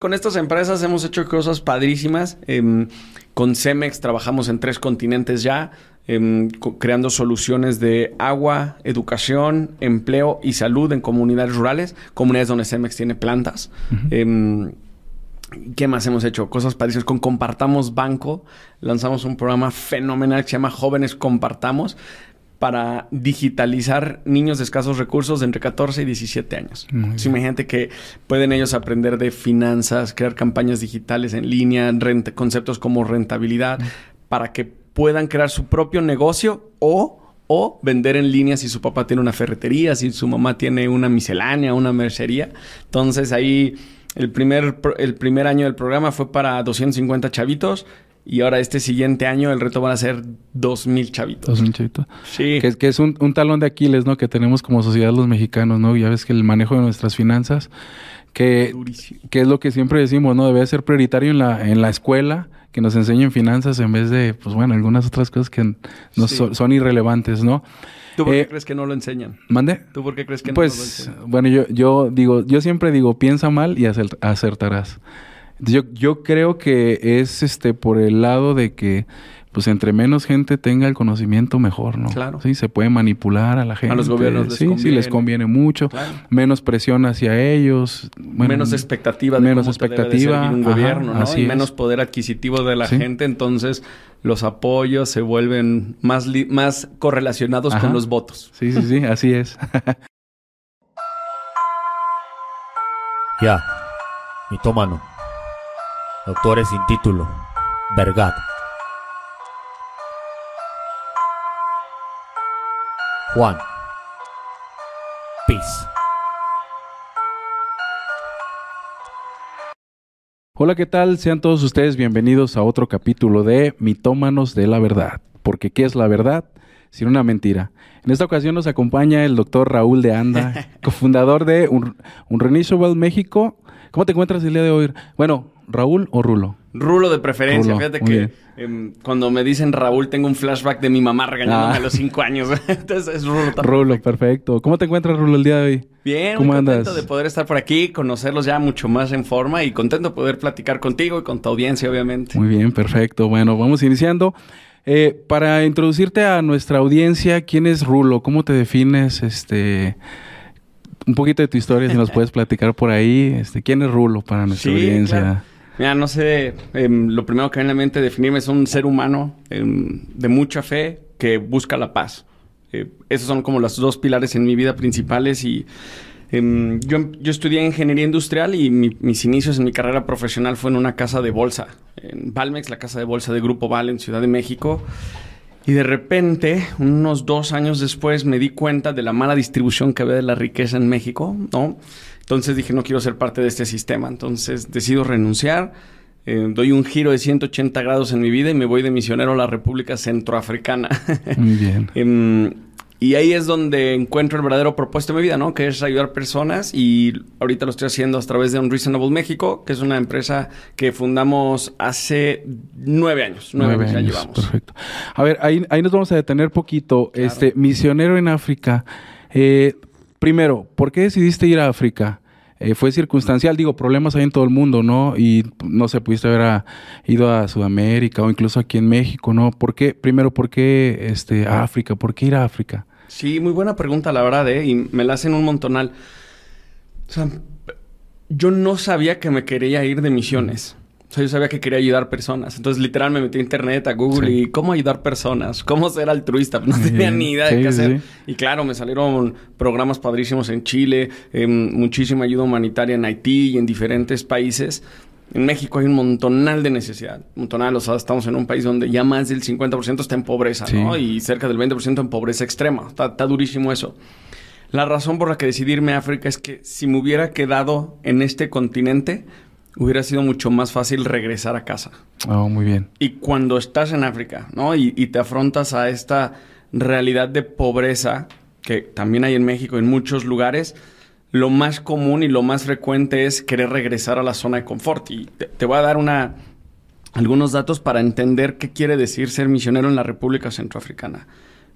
con estas empresas hemos hecho cosas padrísimas. Con Cemex trabajamos en 3 continentes ya, creando soluciones de agua, educación, empleo y salud en comunidades rurales, comunidades donde Cemex tiene plantas. ¿Qué más hemos hecho? Cosas padrísimas. Con Compartamos Banco lanzamos un programa fenomenal que se llama Jóvenes Compartamos, para digitalizar niños de escasos recursos de entre 14 y 17 años. Entonces, imagínate que pueden ellos aprender de finanzas, crear campañas digitales en línea, conceptos como rentabilidad, para que puedan crear su propio negocio o vender en línea si su papá tiene una ferretería, si su mamá tiene una miscelánea, una mercería. Entonces, ahí el primer año del programa fue para 250 chavitos. Y ahora este siguiente año el reto van a ser 2,000 chavitos. 2,000 chavitos. Sí. Que es un talón de Aquiles, ¿no? Que tenemos como sociedad los mexicanos, ¿no? Ya ves que el manejo de nuestras finanzas, que es lo que siempre decimos, ¿no? Debe ser prioritario en la escuela, que nos enseñen finanzas en vez de, pues bueno, algunas otras cosas que son irrelevantes, ¿no? ¿Tú por qué crees que no lo enseñan? ¿Mande? ¿Tú por qué crees que no lo enseñan? Pues, bueno, yo siempre digo, piensa mal y acertarás. Yo creo que es por el lado de que pues entre menos gente tenga el conocimiento mejor, ¿no? Claro. Sí, se puede manipular a la gente. A los gobiernos les conviene. Sí, les conviene mucho. Claro. Menos presión hacia ellos. Bueno, menos expectativa de cómo te debe de servir un gobierno, ¿no? Y menos poder adquisitivo de la gente. Entonces, los apoyos se vuelven más correlacionados con los votos. Sí, así es. Ya, mitómano. Doctores sin título. Vergat. Juan. Peace. Hola, ¿qué tal? Sean todos ustedes bienvenidos a otro capítulo de Mitómanos de la Verdad. Porque ¿qué es la verdad? Sin una mentira. En esta ocasión nos acompaña el doctor Raúl de Anda, cofundador de Unrenewable México. ¿Cómo te encuentras el día de hoy? Bueno, ¿Raúl o Rulo? Rulo de preferencia. Fíjate que cuando me dicen Raúl tengo un flashback de mi mamá regañándome a los 5 años. Entonces es Rulo también. Rulo, perfecto. ¿Cómo te encuentras, Rulo, el día de hoy? Bien, ¿Cómo muy andas? contento de poder estar por aquí, conocerlos ya mucho más en forma y contento de poder platicar contigo y con tu audiencia, obviamente. Muy bien, perfecto. Bueno, vamos iniciando. Para introducirte a nuestra audiencia, ¿quién es Rulo? ¿Cómo te defines? Un poquito de tu historia, si nos puedes platicar por ahí. ¿Quién es Rulo para nuestra audiencia? Claro. Mira, no sé, lo primero que viene a la mente definirme es un ser humano de mucha fe que busca la paz. Esos son como los 2 pilares en mi vida principales y yo estudié ingeniería industrial y mis inicios en mi carrera profesional fue en una casa de bolsa, en Valmex, la casa de bolsa de Grupo Val en Ciudad de México. Y de repente, unos 2 años después, me di cuenta de la mala distribución que había de la riqueza en México, ¿no? Entonces dije, no quiero ser parte de este sistema. Entonces decido renunciar, doy un giro de 180 grados en mi vida y me voy de misionero a la República Centroafricana. Muy bien. Y ahí es donde encuentro el verdadero propósito de mi vida, ¿no? Que es ayudar personas y ahorita lo estoy haciendo a través de Unreasonable México, que es una empresa que fundamos hace 9 años. 9 años ya llevamos. Perfecto. A ver, ahí nos vamos a detener poquito. Claro. Misionero en África. Primero, ¿por qué decidiste ir a África? Fue circunstancial, problemas hay en todo el mundo, ¿no? Y no sé, pudiste haber ido a Sudamérica o incluso aquí en México, ¿no? ¿Por qué África? ¿Por qué ir a África? Sí, muy buena pregunta, la verdad, y me la hacen un montonal. O sea, yo no sabía que me quería ir de misiones. O sea, yo sabía que quería ayudar personas. Entonces, literal, me metí a internet, a Google y ¿cómo ayudar personas? ¿Cómo ser altruista? No tenía ni idea de qué hacer. Y claro, me salieron programas padrísimos en Chile, muchísima ayuda humanitaria en Haití y en diferentes países. En México hay un montonal de necesidad. Montonal, o sea, estamos en un país donde ya más del 50% está en pobreza, ¿no? Y cerca del 20% en pobreza extrema. Está durísimo eso. La razón por la que decidí irme a África es que si me hubiera quedado en este continente, hubiera sido mucho más fácil regresar a casa. Oh, muy bien. Y cuando estás en África, ¿no? Y te afrontas a esta realidad de pobreza que también hay en México, en muchos lugares, lo más común y lo más frecuente es querer regresar a la zona de confort. Y te voy a dar algunos datos para entender qué quiere decir ser misionero en la República Centroafricana.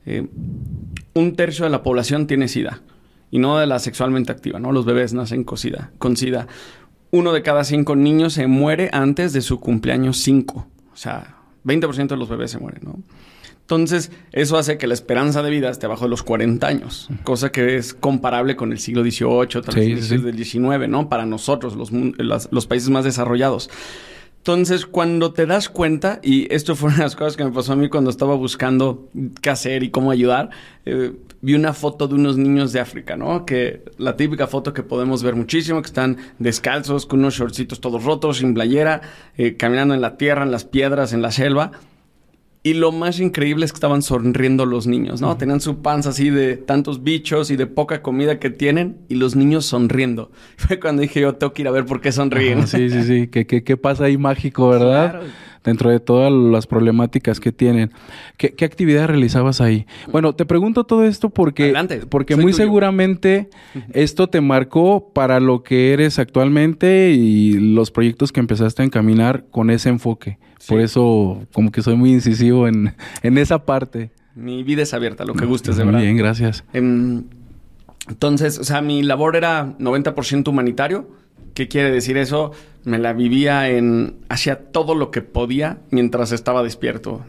1/3 de la población tiene SIDA. Y no de la sexualmente activa, ¿no? Los bebés nacen con SIDA. 1 de cada 5 niños se muere antes de su cumpleaños 5. O sea, 20% de los bebés se mueren, ¿no? Entonces, eso hace que la esperanza de vida esté abajo de los 40 años. Cosa que es comparable con el siglo XVIII, tal vez del XIX, ¿no? Para nosotros, los países más desarrollados. Entonces, cuando te das cuenta, y esto fue una de las cosas que me pasó a mí cuando estaba buscando qué hacer y cómo ayudar, vi una foto de unos niños de África, ¿no? Que la típica foto que podemos ver muchísimo, que están descalzos, con unos shortcitos todos rotos, sin playera, caminando en la tierra, en las piedras, en la selva. Y lo más increíble es que estaban sonriendo los niños, ¿no? Tenían su panza así de tantos bichos y de poca comida que tienen y los niños sonriendo. Fue cuando dije yo, tengo que ir a ver por qué sonríen. Sí. ¿Qué pasa ahí mágico, verdad? Claro. Dentro de todas las problemáticas que tienen. ¿Qué actividades realizabas ahí? Bueno, te pregunto todo esto porque muy seguramente esto te marcó para lo que eres actualmente y los proyectos que empezaste a encaminar con ese enfoque. Sí. Por eso como que soy muy incisivo en esa parte. Mi vida es abierta, lo que gustes, de verdad. Muy bien, gracias. Entonces, o sea, mi labor era 90% humanitario. ¿Qué quiere decir eso? Me la vivía hacía todo lo que podía mientras estaba despierto.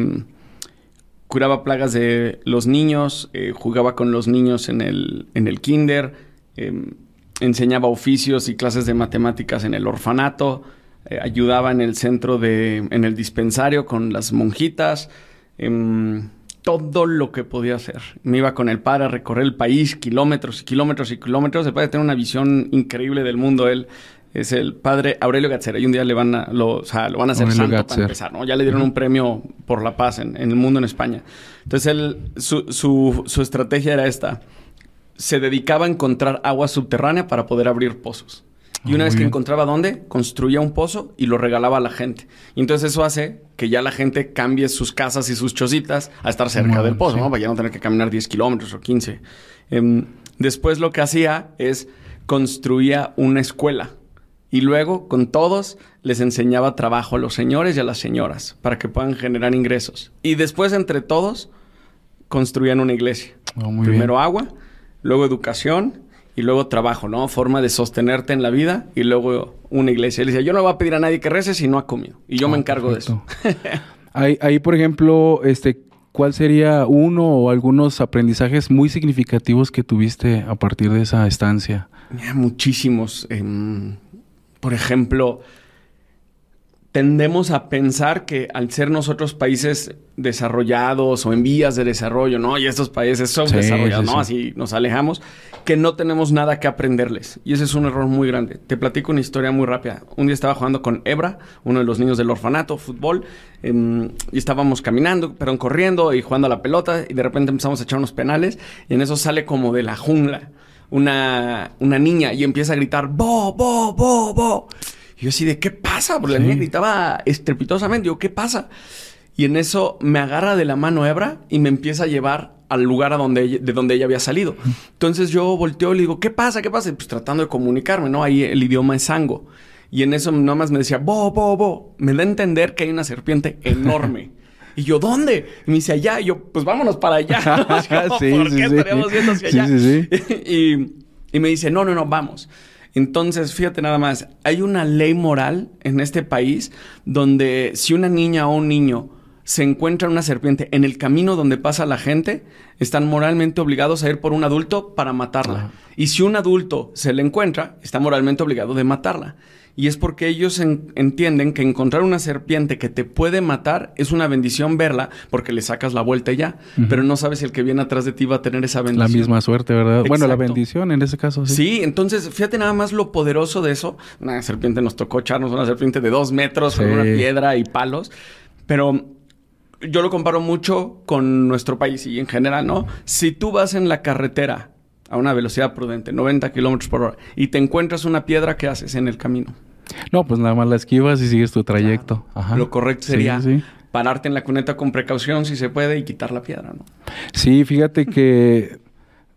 Curaba plagas de los niños, jugaba con los niños en el kinder, enseñaba oficios y clases de matemáticas en el orfanato, ayudaba en el centro en el dispensario con las monjitas, todo lo que podía hacer. Me iba con el padre a recorrer el país, kilómetros y kilómetros y kilómetros. El padre tiene una visión increíble del mundo. Él es el padre Aurelio Gatzer. Y un día lo van a hacer santo para empezar, ¿no? Ya le dieron un premio por la paz en el mundo en España. Entonces, su estrategia era esta. Se dedicaba a encontrar agua subterránea para poder abrir pozos. Y una vez que encontraba dónde, construía un pozo y lo regalaba a la gente. Y entonces eso hace que ya la gente cambie sus casas y sus chocitas a estar cerca del pozo, ¿no? Para ya no tener que caminar 10 kilómetros o 15. Después lo que hacía es construía una escuela. Y luego, con todos, les enseñaba trabajo a los señores y a las señoras para que puedan generar ingresos. Y después, entre todos, construían una iglesia. Primero agua, luego educación y luego trabajo, ¿no? Forma de sostenerte en la vida y luego una iglesia. Él decía, yo no voy a pedir a nadie que rece si no ha comido. Y yo me encargo de eso. Ahí, por ejemplo, ¿cuál sería uno o algunos aprendizajes muy significativos que tuviste a partir de esa estancia? Muchísimos. Por ejemplo, tendemos a pensar que al ser nosotros países desarrollados o en vías de desarrollo, ¿no? Y estos países son desarrollados, ¿no? Así nos alejamos, que no tenemos nada que aprenderles. Y ese es un error muy grande. Te platico una historia muy rápida. Un día estaba jugando con Ebra, uno de los niños del orfanato, fútbol, y estábamos corriendo y jugando a la pelota, y de repente empezamos a echar unos penales, y en eso sale como de la jungla una niña y empieza a gritar, ¡bo, bo, bo, bo! Y yo así de, ¿qué pasa? Porque la niña gritaba estrepitosamente. Yo, ¿qué pasa? Y en eso me agarra de la mano Ebra y me empieza a llevar al lugar de donde ella había salido. Entonces yo volteo y le digo, ¿qué pasa? ¿Qué pasa? Y pues tratando de comunicarme, ¿no? Ahí el idioma es sango. Y en eso nada más me decía, bo, bo, bo. Me da a entender que hay una serpiente enorme. Y yo, ¿dónde? Y me dice, allá. Y yo, pues vámonos para allá, ¿no? ¿Por qué estaríamos viendo hacia allá? Y me dice, no, vamos. Entonces, fíjate nada más, hay una ley moral en este país donde si una niña o un niño se encuentra una serpiente en el camino donde pasa la gente, están moralmente obligados a ir por un adulto para matarla. Y si un adulto se le encuentra, está moralmente obligado de matarla. Y es porque ellos entienden que encontrar una serpiente que te puede matar es una bendición verla porque le sacas la vuelta ya. Pero no sabes si el que viene atrás de ti va a tener esa bendición. La misma suerte, ¿verdad? Exacto. Bueno, la bendición en ese caso, sí. Sí, entonces fíjate nada más lo poderoso de eso. Una serpiente nos tocó echarnos una serpiente de 2 metros con una piedra y palos. Pero yo lo comparo mucho con nuestro país y en general, ¿no? Si tú vas en la carretera a una velocidad prudente, 90 kilómetros por hora, y te encuentras una piedra, ¿qué haces en el camino? No, pues nada más la esquivas y sigues tu trayecto. Ajá. Lo correcto sería pararte en la cuneta con precaución, si se puede, y quitar la piedra, ¿no? Sí, fíjate que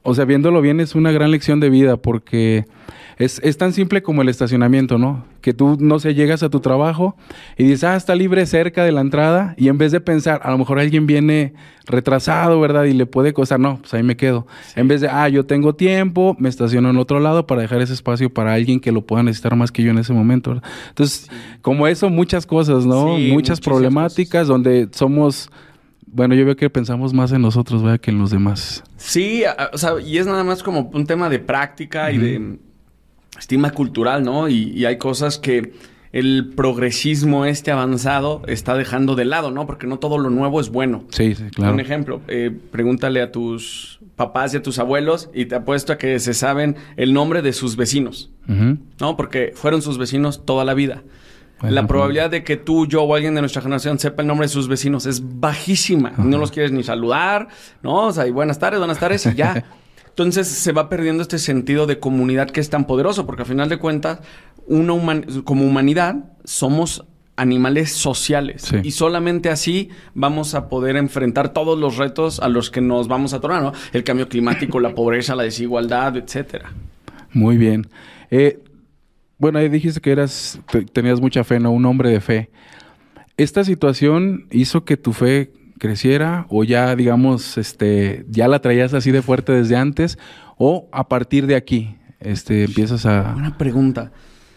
O sea, viéndolo bien, es una gran lección de vida porque es tan simple como el estacionamiento, ¿no? Que tú, no sé, llegas a tu trabajo y dices, está libre cerca de la entrada, y en vez de pensar, a lo mejor alguien viene retrasado, ¿verdad? Y le puede costar, no, pues ahí me quedo. Sí. En vez de, yo tengo tiempo, me estaciono en otro lado para dejar ese espacio para alguien que lo pueda necesitar más que yo en ese momento, ¿verdad? Entonces, como eso, muchas cosas, ¿no? Sí, muchas problemáticas cosas. Donde somos... Bueno, yo veo que pensamos más en nosotros, ¿verdad? Que en los demás. Sí, o sea, y es nada más como un tema de práctica y de estima cultural, ¿no? Y hay cosas que el progresismo avanzado está dejando de lado, ¿no? Porque no todo lo nuevo es bueno. Sí, claro. Un ejemplo, pregúntale a tus papás y a tus abuelos y te apuesto a que se saben el nombre de sus vecinos, ¿no? Porque fueron sus vecinos toda la vida. Bueno, la probabilidad de que tú, yo o alguien de nuestra generación sepa el nombre de sus vecinos es bajísima. No los quieres ni saludar, ¿no? O sea, y buenas tardes y ya. Entonces se va perdiendo este sentido de comunidad que es tan poderoso, porque al final de cuentas, como humanidad, somos animales sociales. Sí. Y solamente así vamos a poder enfrentar todos los retos a los que nos vamos a tornar, ¿no? El cambio climático, la pobreza, la desigualdad, etcétera. Muy bien. Bueno, ahí dijiste que tenías mucha fe, ¿no? Un hombre de fe. ¿Esta situación hizo que tu fe creciera o ya, digamos, ya la traías así de fuerte desde antes o a partir de aquí empiezas a...? Buena pregunta.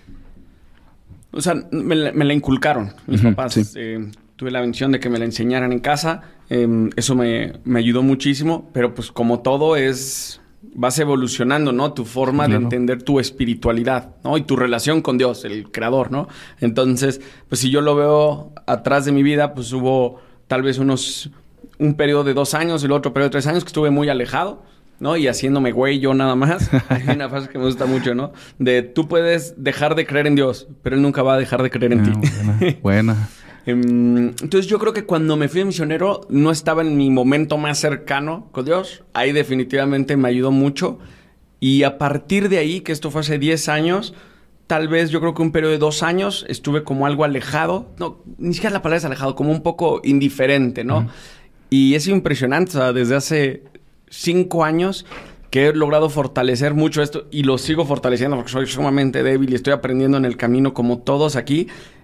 O sea, me la inculcaron mis papás. Sí. Tuve la bendición de que me la enseñaran en casa. Eso me ayudó muchísimo, pero pues como todo vas evolucionando, ¿no? Tu forma de entender tu espiritualidad, ¿no? Y tu relación con Dios, el creador, ¿no? Entonces, pues si yo lo veo atrás de mi vida, pues hubo tal vez un periodo de 2 años y el otro periodo de 3 años que estuve muy alejado, ¿no? Y haciéndome güey yo nada más. Hay una frase que me gusta mucho, ¿no? De tú puedes dejar de creer en Dios, pero Él nunca va a dejar de creer en ti. Buena. Entonces yo creo que cuando me fui de misionero no estaba en mi momento más cercano con Dios. Ahí definitivamente me ayudó mucho. Y a partir de ahí, que esto fue hace 10 años, tal vez yo creo que un periodo de 2 años estuve como algo alejado. No, ni siquiera la palabra es alejado, como un poco indiferente, ¿no? Y es impresionante, o sea, desde hace 5 años que he logrado fortalecer mucho esto y lo sigo fortaleciendo porque soy sumamente débil y estoy aprendiendo en el camino como todos aquí.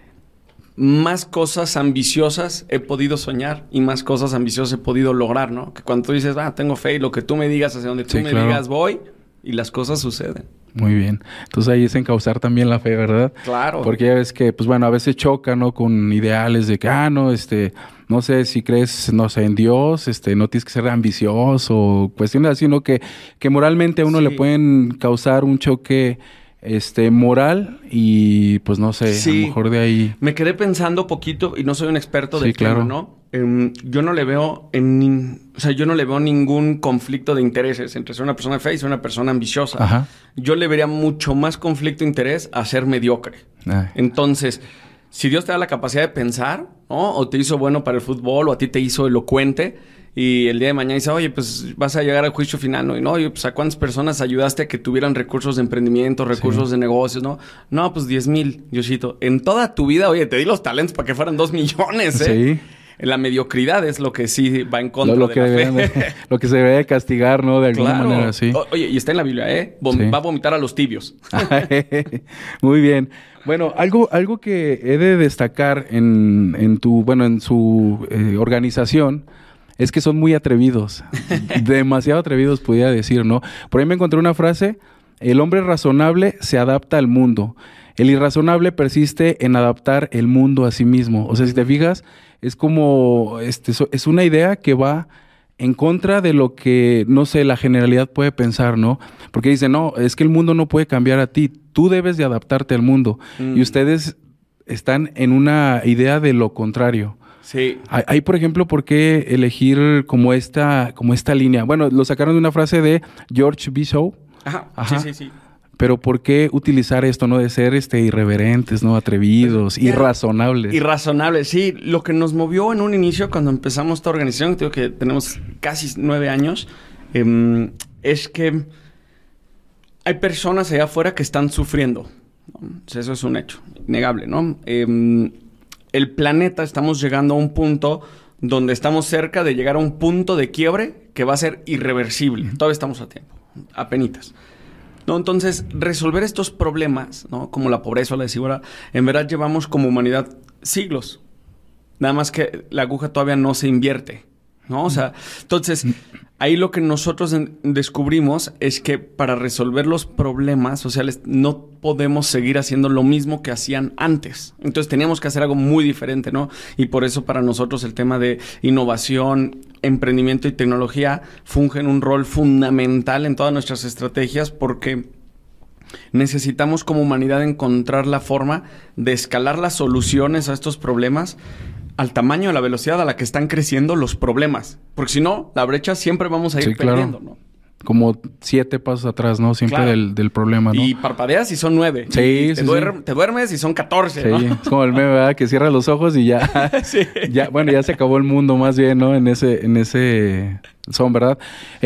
Más cosas ambiciosas he podido soñar y más cosas ambiciosas he podido lograr, ¿no? Que cuando tú dices, tengo fe y lo que tú me digas, hacia donde tú me digas voy y las cosas suceden. Muy bien. Entonces ahí es encauzar también la fe, ¿verdad? Claro. Porque ya ves que, pues bueno, a veces choca, ¿no? Con ideales de que, no sé, si crees, no sé, en Dios, no tienes que ser ambicioso, cuestiones así, ¿no? Que moralmente a uno le pueden causar un choque moral y pues no sé, a lo mejor de ahí... Me quedé pensando poquito y no soy un experto del tema, ¿no? Yo no le veo yo no le veo ningún conflicto de intereses entre ser una persona de fe y ser una persona ambiciosa. Ajá. Yo le vería mucho más conflicto de interés a ser mediocre. Ay. Entonces, si Dios te da la capacidad de pensar, ¿no? O te hizo bueno para el fútbol o a ti te hizo elocuente... Y el día de mañana dice, oye, pues vas a llegar al juicio final, ¿no? Y no, oye, pues ¿a cuántas personas ayudaste a que tuvieran recursos de emprendimiento, recursos de negocios, ¿no? No, pues 10,000, Diosito. En toda tu vida, oye, te di los talentos para que fueran 2 millones, ¿eh? Sí. La mediocridad es lo que sí va en contra de la fe. Lo que se debería de castigar, ¿no? De alguna manera, sí. Oye, y está en la Biblia, ¿eh? Va a vomitar a los tibios. Muy bien. Bueno, algo que he de destacar en su organización... Es que son muy atrevidos, demasiado atrevidos, podría decir, ¿no? Por ahí me encontré una frase, el hombre razonable se adapta al mundo, el irrazonable persiste en adaptar el mundo a sí mismo. O sea, si te fijas, es como, es una idea que va en contra de lo que, no sé, la generalidad puede pensar, ¿no? Porque dice, no, es que el mundo no puede cambiar a ti, tú debes de adaptarte al mundo. Y ustedes están en una idea de lo contrario. Sí. Hay, por ejemplo, ¿por qué elegir como esta línea? Bueno, lo sacaron de una frase de George Bishop. Ajá. Sí. Pero ¿por qué utilizar esto, no? De ser irreverentes, ¿no? Atrevidos, irrazonables. Irrazonables, sí. Lo que nos movió en un inicio cuando empezamos esta organización, creo que tenemos casi 9 años, es que hay personas allá afuera que están sufriendo, ¿no? O sea, eso es un hecho innegable, ¿no? El planeta estamos llegando a un punto donde estamos cerca de llegar a un punto de quiebre que va a ser irreversible. Todavía estamos a tiempo, apenitas. ¿No? Entonces, resolver estos problemas, ¿no? Como la pobreza o la desigualdad, en verdad llevamos como humanidad siglos. Nada más que la aguja todavía no se invierte, ¿no? O sea, entonces, ahí lo que nosotros descubrimos es que para resolver los problemas sociales no podemos seguir haciendo lo mismo que hacían antes. Entonces, teníamos que hacer algo muy diferente, ¿no? Y por eso para nosotros el tema de innovación, emprendimiento y tecnología fungen un rol fundamental en todas nuestras estrategias porque necesitamos como humanidad encontrar la forma de escalar las soluciones a estos problemas al tamaño, a la velocidad a la que están creciendo los problemas. Porque si no, la brecha siempre vamos a ir perdiendo, ¿no? Como 7 pasos atrás, ¿no? Siempre del problema, ¿no? Y parpadeas y son 9. Sí, te duermes y son 14, sí, ¿no? Es como el meme, ¿verdad? Que cierra los ojos y ya... Sí. Ya se acabó el mundo más bien, ¿no? En ese son, ¿verdad?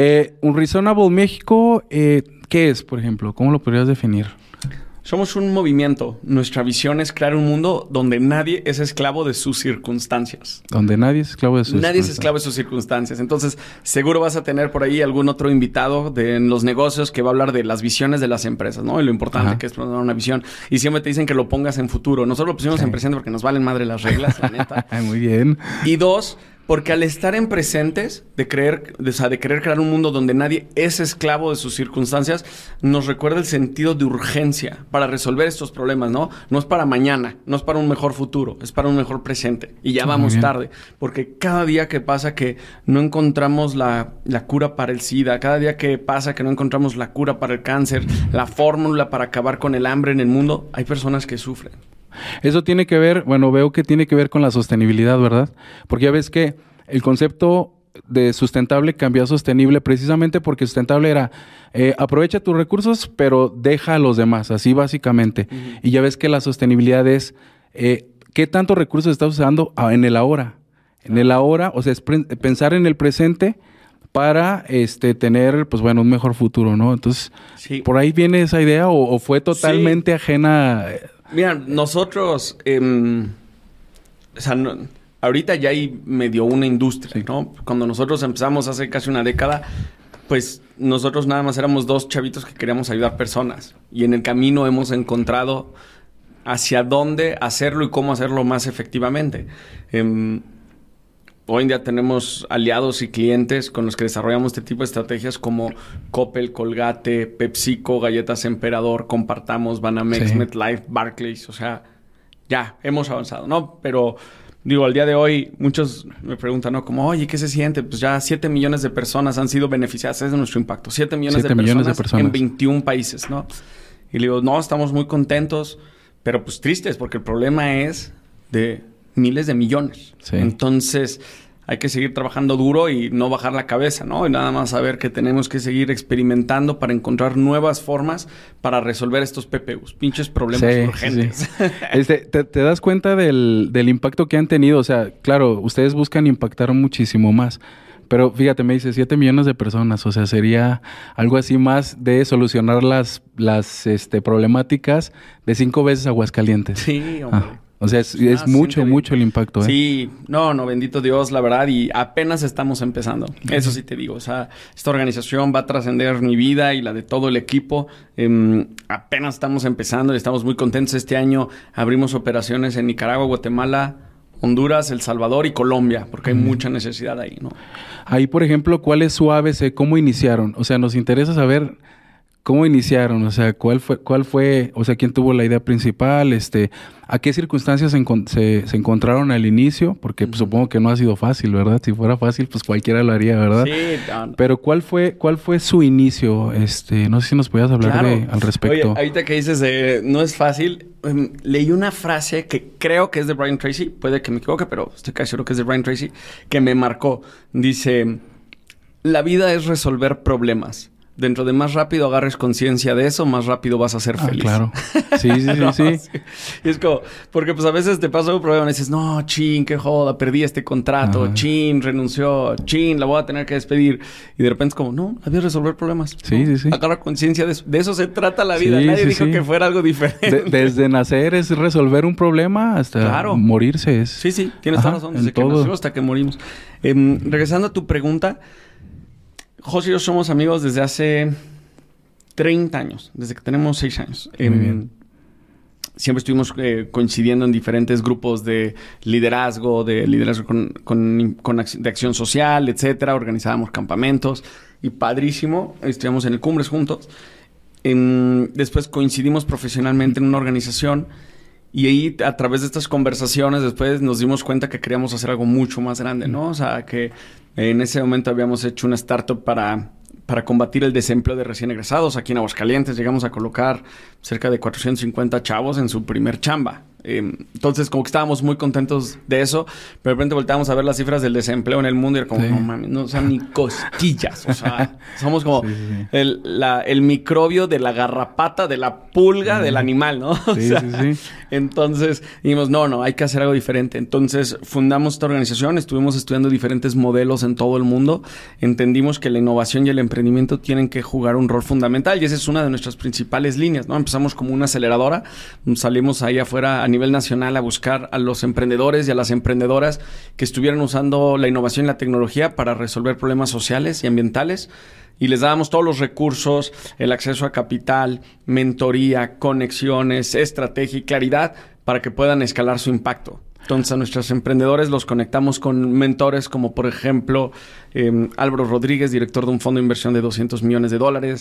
Un Reasonable México, ¿qué es, por ejemplo? ¿Cómo lo podrías definir? Somos un movimiento. Nuestra visión es crear un mundo donde nadie es esclavo de sus circunstancias. Donde nadie es esclavo de sus circunstancias. Nadie es esclavo de sus circunstancias. Entonces, seguro vas a tener por ahí algún otro invitado en los negocios que va a hablar de las visiones de las empresas, ¿no? Y lo importante que es poner una visión. Y siempre te dicen que lo pongas en futuro. Nosotros lo pusimos en presente porque nos valen madre las reglas, la neta. Muy bien. Y 2... porque al estar en presentes, de querer crear un mundo donde nadie es esclavo de sus circunstancias, nos recuerda el sentido de urgencia para resolver estos problemas, ¿no? No es para mañana, no es para un mejor futuro, es para un mejor presente. Y ya vamos tarde, porque cada día que pasa que no encontramos la cura para el SIDA, cada día que pasa que no encontramos la cura para el cáncer, la fórmula para acabar con el hambre en el mundo, hay personas que sufren. Eso tiene que ver, veo que tiene que ver con la sostenibilidad, ¿verdad? Porque ya ves que el concepto de sustentable cambió a sostenible precisamente porque sustentable era aprovecha tus recursos, pero deja a los demás, así básicamente. Uh-huh. Y ya ves que la sostenibilidad es ¿qué tantos recursos estás usando en el ahora? En el ahora, o sea, es pensar en el presente para tener, pues bueno, un mejor futuro, ¿no? Entonces, ¿por ahí viene esa idea o fue totalmente ajena? Mira, nosotros, ahorita ya hay medio una industria, ¿no? Cuando nosotros empezamos hace casi una década, pues nosotros nada más éramos 2 chavitos que queríamos ayudar personas. Y en el camino hemos encontrado hacia dónde hacerlo y cómo hacerlo más efectivamente. Hoy en día tenemos aliados y clientes con los que desarrollamos este tipo de estrategias como Coppel, Colgate, PepsiCo, Galletas Emperador, Compartamos, Banamex, MetLife, Barclays. O sea, ya hemos avanzado, ¿no? Pero digo, al día de hoy muchos me preguntan, ¿no? Como, oye, ¿qué se siente? Pues ya 7 millones de personas han sido beneficiadas. Ese es nuestro impacto. 7 millones de personas en 21 países, ¿no? Y le digo, no, estamos muy contentos, pero pues tristes porque el problema es de miles de millones. Sí. Entonces, hay que seguir trabajando duro y no bajar la cabeza, ¿no? Y nada más saber que tenemos que seguir experimentando para encontrar nuevas formas para resolver estos PPUs, pinches problemas urgentes. Sí. ¿Te das cuenta del impacto que han tenido? O sea, claro, ustedes buscan impactar muchísimo más. Pero fíjate, me dice 7 millones de personas. O sea, sería algo así más de solucionar las problemáticas de 5 veces Aguascalientes. Sí, hombre. O sea, es mucho el impacto, ¿eh? Sí, no, bendito Dios, la verdad, y apenas estamos empezando. Eso sí te digo, o sea, esta organización va a trascender mi vida y la de todo el equipo. Apenas estamos empezando y estamos muy contentos. Este año abrimos operaciones en Nicaragua, Guatemala, Honduras, El Salvador y Colombia, porque hay mucha necesidad ahí, ¿no? Ahí, por ejemplo, ¿cuál es su ABC? ¿Cómo iniciaron? O sea, nos interesa saber ¿cómo iniciaron? O sea, ¿cuál fue, o sea, quién tuvo la idea principal? ¿A qué circunstancias se encontraron al inicio? Porque pues, supongo que no ha sido fácil, ¿verdad? Si fuera fácil, pues cualquiera lo haría, ¿verdad? Sí. No. Pero ¿cuál fue su inicio? No sé si nos podías hablar al respecto. Oye, ahorita que dices no es fácil, leí una frase que creo que es de Brian Tracy, puede que me equivoque, pero estoy casi seguro que es de Brian Tracy, que me marcó. Dice, la vida es resolver problemas. dentro de más rápido agarres conciencia de eso, más rápido vas a ser feliz. Claro. Sí, sí, No, sí. Y es como, porque pues a veces te pasa un problema y dices, no, chin, qué joda, perdí este contrato, Ajá. chin, renunció, chin, la voy a tener que despedir. Y de repente es como, no, había que resolver problemas. Sí, ¿no? sí, sí. Agarra conciencia de eso. De eso se trata la vida. Sí, Nadie sí, dijo sí. que fuera algo diferente. Desde nacer es resolver un problema hasta Claro. morirse. Es... Sí, sí, tienes Ajá, toda razón. en Desde que todo. nacimos hasta que morimos. Regresando a tu pregunta, José y yo somos amigos desde hace 30 años, desde que tenemos 6 años. Muy bien. Siempre estuvimos coincidiendo en diferentes grupos de liderazgo de acción social, etcétera. Organizábamos campamentos y padrísimo. Estuvimos en el Cumbres juntos. Después coincidimos profesionalmente en una organización y ahí, a través de estas conversaciones, después nos dimos cuenta que queríamos hacer algo mucho más grande, ¿no? O sea, que en ese momento habíamos hecho una startup para combatir el desempleo de recién egresados. Aquí en Aguascalientes llegamos a colocar cerca de 450 chavos en su primer chamba. Entonces, como que estábamos muy contentos de eso, pero de repente volteamos a ver las cifras del desempleo en el mundo y era como, Sí. no mames, no, o sea, ni cosquillas. O sea, somos como Sí, sí, sí. el microbio de la garrapata, de la pulga, del animal, ¿no? O Sí, sea, sí, sí. entonces dijimos, no, hay que hacer algo diferente. Entonces fundamos esta organización, estuvimos estudiando diferentes modelos en todo el mundo, entendimos que la innovación y el emprendimiento tienen que jugar un rol fundamental y esa es una de nuestras principales líneas, ¿no? Empezamos como una aceleradora, salimos ahí afuera a nivel nacional a buscar a los emprendedores y a las emprendedoras que estuvieran usando la innovación y la tecnología para resolver problemas sociales y ambientales. Y les dábamos todos los recursos, el acceso a capital, mentoría, conexiones, estrategia y claridad para que puedan escalar su impacto. Entonces, a nuestros emprendedores los conectamos con mentores como, por ejemplo, Álvaro Rodríguez, director de un fondo de inversión de $200 millones.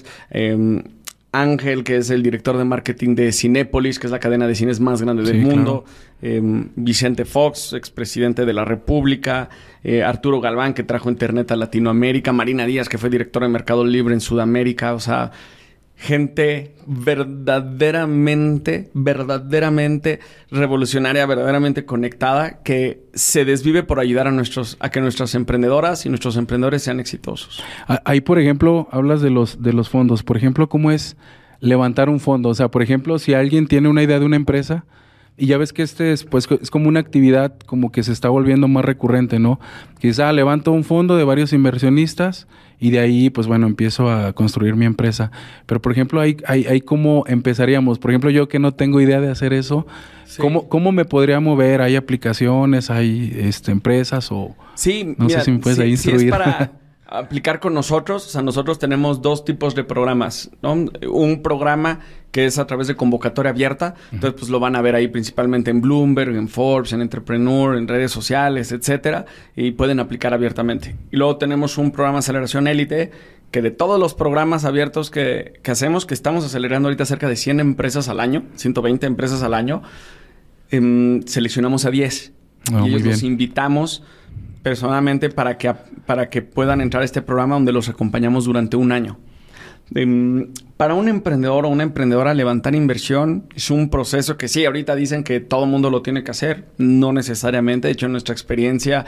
Ángel, que es el director de marketing de Cinépolis, que es la cadena de cines más grande del mundo. Vicente Fox, expresidente de la República. Arturo Galván, que trajo Internet a Latinoamérica. Marina Díaz, que fue directora de Mercado Libre en Sudamérica. O sea, gente verdaderamente revolucionaria, verdaderamente conectada, que se desvive por ayudar a que nuestras emprendedoras y nuestros emprendedores sean exitosos. Ahí, por ejemplo, hablas de los fondos. Por ejemplo, ¿cómo es levantar un fondo? O sea, por ejemplo, si alguien tiene una idea de una empresa y ya ves que es como una actividad como que se está volviendo más recurrente, ¿no? Quizá levanto un fondo de varios inversionistas y de ahí, pues bueno, empiezo a construir mi empresa. Pero, por ejemplo, ahí ¿cómo empezaríamos? Por ejemplo, yo que no tengo idea de hacer eso, Sí. ¿cómo me podría mover? ¿Hay aplicaciones? ¿Hay empresas? O Sí, no mira, sé si me puedes ahí si instruir. es para aplicar con nosotros, o sea, nosotros tenemos 2 tipos de programas, ¿no? Un programa que es a través de convocatoria abierta, entonces pues lo van a ver ahí principalmente en Bloomberg, en Forbes, en Entrepreneur, en redes sociales, etcétera, y pueden aplicar abiertamente. Y luego tenemos un programa de aceleración élite, que de todos los programas abiertos que hacemos, que estamos acelerando ahorita cerca de 100 empresas al año, 120 empresas al año, seleccionamos a 10. Ah, y ellos muy los bien. invitamos personalmente para que puedan entrar a este programa donde los acompañamos durante un año. Para un emprendedor o una emprendedora, levantar inversión es un proceso que sí, ahorita dicen que todo el mundo lo tiene que hacer. No necesariamente. De hecho, en nuestra experiencia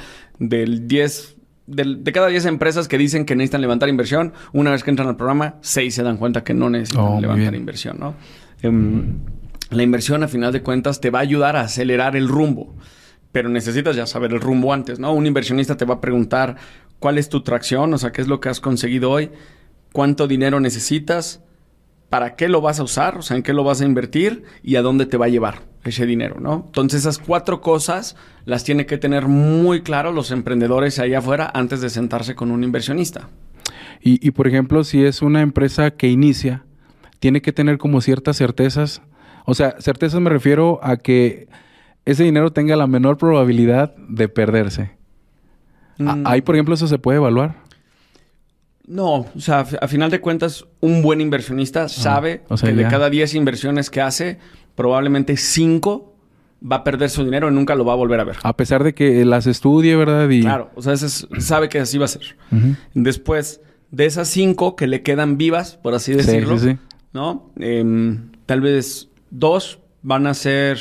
de cada 10 empresas que dicen que necesitan levantar inversión, una vez que entran al programa, 6 se dan cuenta que no necesitan levantar inversión, ¿no? La inversión, a final de cuentas, te va a ayudar a acelerar el rumbo. Pero necesitas ya saber el rumbo antes, ¿no? Un inversionista te va a preguntar cuál es tu tracción, o sea, qué es lo que has conseguido hoy, cuánto dinero necesitas, para qué lo vas a usar, o sea, en qué lo vas a invertir y a dónde te va a llevar ese dinero, ¿no? Entonces, esas 4 cosas las tiene que tener muy claro los emprendedores allá afuera antes de sentarse con un inversionista. Y por ejemplo, si es una empresa que inicia, tiene que tener como ciertas certezas. O sea, certezas me refiero a que ese dinero tenga la menor probabilidad de perderse. Ahí, por ejemplo, ¿eso se puede evaluar? No, o sea, a final de cuentas, un buen inversionista sabe que de cada 10 inversiones que hace, probablemente 5 va a perder su dinero y nunca lo va a volver a ver. A pesar de que las estudie, ¿verdad? Claro, o sea, sabe que así va a ser. Después, de esas 5 que le quedan vivas, por así decirlo, sí. ¿no? Tal vez 2 van a ser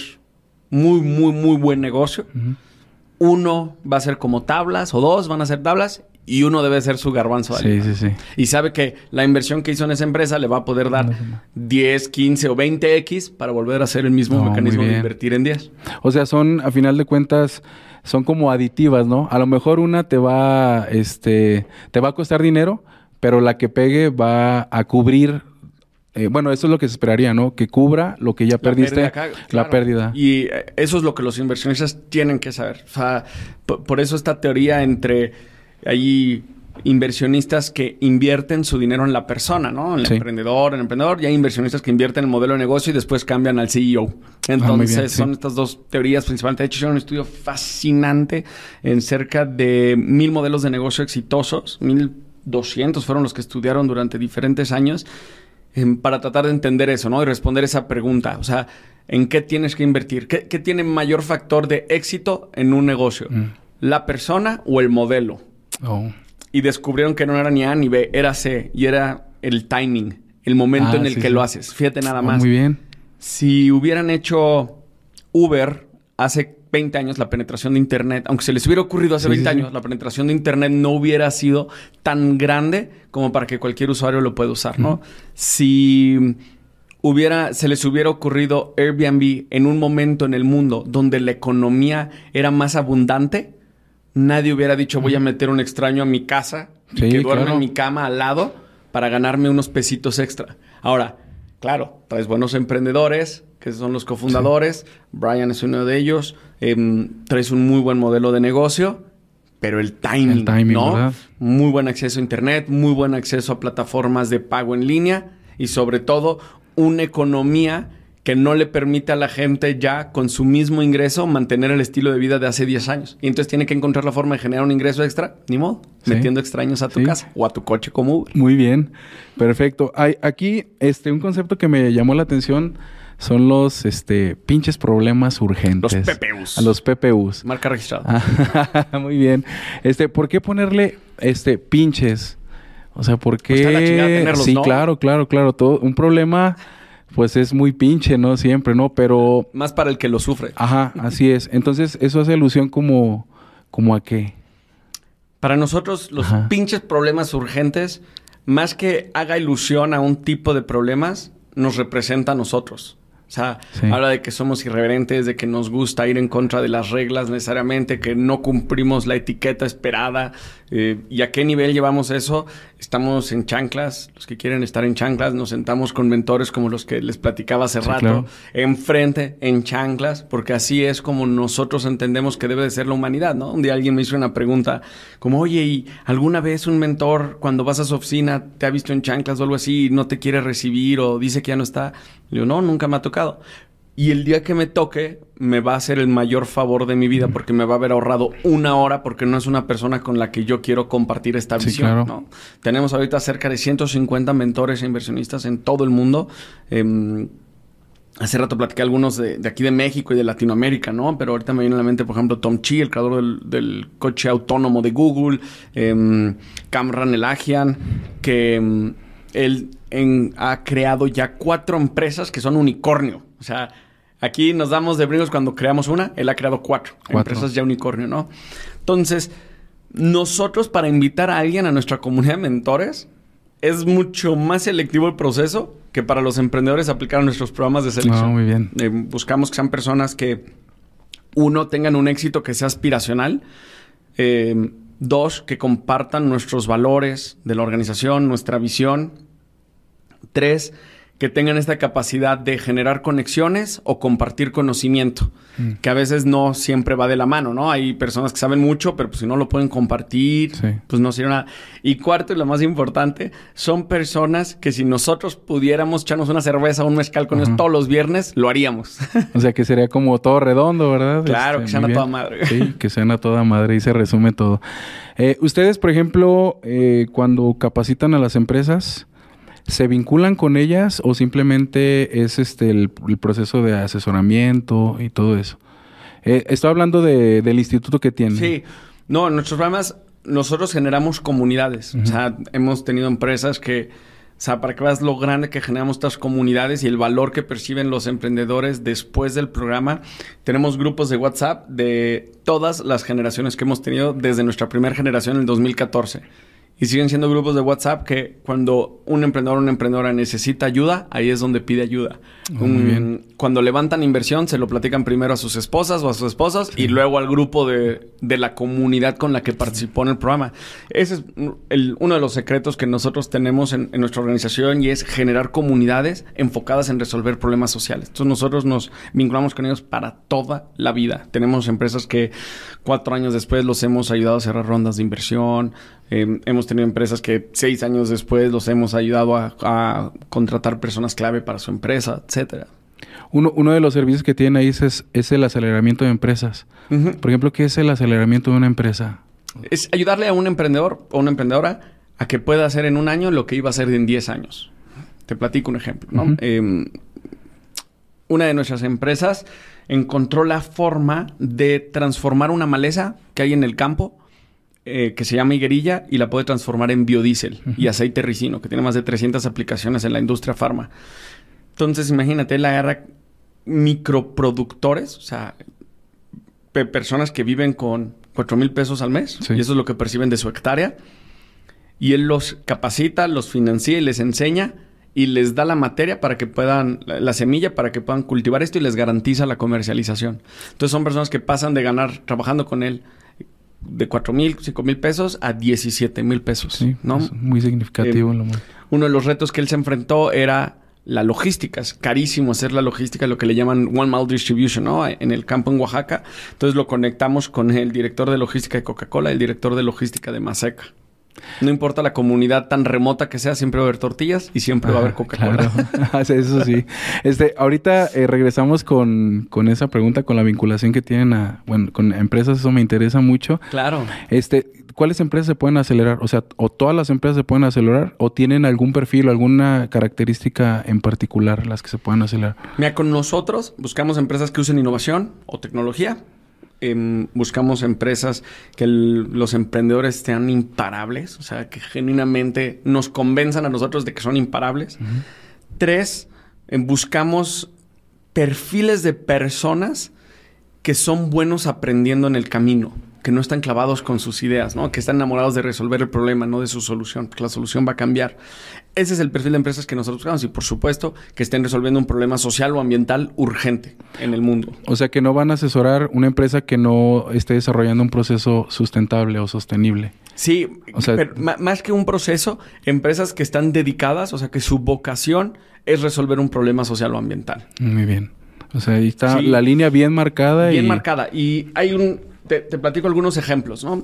muy buen negocio. 1 va a ser como tablas, o 2 van a ser tablas, y uno debe ser su garbanzo. Sí, sí, sí. Y sabe que la inversión que hizo en esa empresa le va a poder dar 10, 15 o 20x para volver a hacer el mismo mecanismo de invertir en 10. O sea, son, a final de cuentas, son como aditivas, ¿no? A lo mejor una te va a costar dinero, pero la que pegue va a cubrir... bueno, eso es lo que se esperaría, ¿no? Que cubra lo que ya perdiste, la pérdida. Y eso es lo que los inversionistas tienen que saber. O sea, por eso esta teoría entre... Hay inversionistas que invierten su dinero en la persona, ¿no? En el emprendedor, y hay inversionistas que invierten en el modelo de negocio y después cambian al CEO. Entonces, son estas dos teorías principalmente. De hecho, hicieron un estudio fascinante en cerca de 1,000 modelos de negocio exitosos. 1,200 fueron los que estudiaron durante diferentes años para tratar de entender eso, ¿no? Y responder esa pregunta. O sea, ¿en qué tienes que invertir? ¿Qué tiene mayor factor de éxito en un negocio? ¿La persona o el modelo? Y descubrieron que no era ni A ni B, era C. Y era el timing, el momento en el que lo haces. Fíjate nada más. Muy bien. Si hubieran hecho Uber hace 20 años, la penetración de Internet, aunque se les hubiera ocurrido hace 20 años, la penetración de Internet no hubiera sido tan grande como para que cualquier usuario lo pueda usar, ¿no? Si se les hubiera ocurrido Airbnb en un momento en el mundo donde la economía era más abundante, nadie hubiera dicho voy a meter un extraño a mi casa y que duerme en mi cama al lado para ganarme unos pesitos extra. Ahora, claro, traes buenos emprendedores, que son los cofundadores. Brian es uno de ellos. Traes un muy buen modelo de negocio, pero el timing, ¿no? ¿Verdad? Muy buen acceso a Internet, muy buen acceso a plataformas de pago en línea y sobre todo una economía que no le permite a la gente ya con su mismo ingreso mantener el estilo de vida de hace 10 años. Y entonces tiene que encontrar la forma de generar un ingreso extra, ni modo, metiendo extraños a tu casa o a tu coche como Uber. Muy bien, perfecto. Hay aquí un concepto que me llamó la atención son los pinches problemas urgentes. Los PPUs. A los PPUs. Marca registrada. Muy bien. ¿Por qué ponerle pinches? O sea, ¿por qué? Pues está la chingada tenerlos, sí, ¿no? claro. Todo un problema... Pues es muy pinche, ¿no? Siempre, ¿no? Pero... Más para el que lo sufre. Ajá, así es. Entonces, eso hace alusión como ¿a qué? Para nosotros, los pinches problemas urgentes, más que haga ilusión a un tipo de problemas, nos representa a nosotros. O sea, habla de que somos irreverentes, de que nos gusta ir en contra de las reglas necesariamente, que no cumplimos la etiqueta esperada. ¿Y a qué nivel llevamos eso? Estamos en chanclas. Los que quieren estar en chanclas, nos sentamos con mentores como los que les platicaba hace rato. Claro. Enfrente, en chanclas, porque así es como nosotros entendemos que debe de ser la humanidad, ¿no? Un día alguien me hizo una pregunta como, oye, ¿y alguna vez un mentor cuando vas a su oficina te ha visto en chanclas o algo así y no te quiere recibir o dice que ya no está? Le digo, no, nunca me ha tocado. Y el día que me toque, me va a hacer el mayor favor de mi vida porque me va a haber ahorrado 1 hora porque no es una persona con la que yo quiero compartir esta visión, claro. ¿no? Tenemos ahorita cerca de 150 mentores e inversionistas en todo el mundo. Hace rato platicé algunos de aquí de México y de Latinoamérica, ¿no? Pero ahorita me viene a la mente, por ejemplo, Tom Chi, el creador del coche autónomo de Google. Kamran Elahian, que él ha creado ya 4 empresas que son unicornio. O sea, aquí nos damos de brincos cuando creamos una. Él ha creado 4 empresas ya unicornio, ¿no? Entonces, nosotros para invitar a alguien a nuestra comunidad de mentores, es mucho más selectivo el proceso que para los emprendedores aplicar nuestros programas de selección. Muy bien. Buscamos que sean personas que, 1, tengan un éxito que sea aspiracional. 2, que compartan nuestros valores de la organización, nuestra visión. 3, que tengan esta capacidad de generar conexiones o compartir conocimiento, que a veces no siempre va de la mano, ¿no? Hay personas que saben mucho, pero pues si no lo pueden compartir, pues no sirve nada. Y 4, y lo más importante, son personas que si nosotros pudiéramos echarnos una cerveza o un mezcal con ellos todos los viernes, lo haríamos. O sea, que sería como todo redondo, ¿verdad? Claro, que sean a toda madre. Sí, que sean a toda madre y se resume todo. Ustedes, por ejemplo, cuando capacitan a las empresas, ¿se vinculan con ellas o simplemente es el proceso de asesoramiento y todo eso? Estoy hablando del instituto que tienen. Sí. No, en nuestros programas nosotros generamos comunidades. O sea, hemos tenido empresas que O sea, para que veas lo grande que generamos estas comunidades y el valor que perciben los emprendedores después del programa. Tenemos grupos de WhatsApp de todas las generaciones que hemos tenido desde nuestra primera generación en el 2014. Y siguen siendo grupos de WhatsApp que cuando un emprendedor o una emprendedora necesita ayuda, ahí es donde pide ayuda. Muy bien. Cuando levantan inversión, se lo platican primero a sus esposas o a sus esposos y luego al grupo de la comunidad con la que participó en el programa. Ese es uno de los secretos que nosotros tenemos en nuestra organización y es generar comunidades enfocadas en resolver problemas sociales. Entonces nosotros nos vinculamos con ellos para toda la vida. Tenemos empresas que 4 años después los hemos ayudado a cerrar rondas de inversión. Hemos tenido empresas que 6 años después los hemos ayudado a contratar personas clave para su empresa, etcétera. Uno de los servicios que tienen ahí es el aceleramiento de empresas. Uh-huh. Por ejemplo, ¿qué es el aceleramiento de una empresa? Es ayudarle a un emprendedor o una emprendedora a que pueda hacer en un año lo que iba a hacer en 10 años. Te platico un ejemplo, ¿no? Uh-huh. Una de nuestras empresas encontró la forma de transformar una maleza que hay en el campo que se llama higuerilla y la puede transformar en biodiesel y aceite ricino, que tiene más de 300 aplicaciones en la industria farma. Entonces, imagínate, él agarra microproductores, o sea, personas que viven con 4,000 pesos al mes, sí, y eso es lo que perciben de su hectárea, y él los capacita, los financia y les enseña y les da la materia para que puedan, la semilla para que puedan cultivar esto y les garantiza la comercialización. Entonces, son personas que pasan de ganar, trabajando con él, de 4,000, 5,000 pesos a 17,000 pesos, sí, ¿no? Es muy significativo. Uno de los retos que él se enfrentó era la logística. Es carísimo hacer la logística, lo que le llaman One Mile Distribution, ¿no? En el campo en Oaxaca. Entonces lo conectamos con el director de logística de Coca-Cola, el director de logística de Maseca. No importa la comunidad tan remota que sea, siempre va a haber tortillas y siempre va a haber Coca-Cola. Claro. Eso sí. Ahorita regresamos con esa pregunta, con la vinculación que tienen con empresas. Eso me interesa mucho. Claro. ¿Cuáles empresas se pueden acelerar? O sea, ¿o todas las empresas se pueden acelerar? ¿O tienen algún perfil o alguna característica en particular las que se puedan acelerar? Mira, con nosotros buscamos empresas que usen innovación o tecnología. Buscamos empresas que los emprendedores sean imparables, o sea, que genuinamente nos convenzan a nosotros de que son imparables. Uh-huh. 3, buscamos perfiles de personas que son buenos aprendiendo en el camino, que no están clavados con sus ideas, ¿no? Que están enamorados de resolver el problema, no de su solución, porque la solución va a cambiar. Ese es el perfil de empresas que nosotros buscamos y, por supuesto, que estén resolviendo un problema social o ambiental urgente en el mundo. O sea, que no van a asesorar una empresa que no esté desarrollando un proceso sustentable o sostenible. Sí, o sea, pero más que un proceso, empresas que están dedicadas, o sea, que su vocación es resolver un problema social o ambiental. Muy bien. O sea, ahí está la línea bien marcada. Bien marcada. Y hay Te platico algunos ejemplos, ¿no?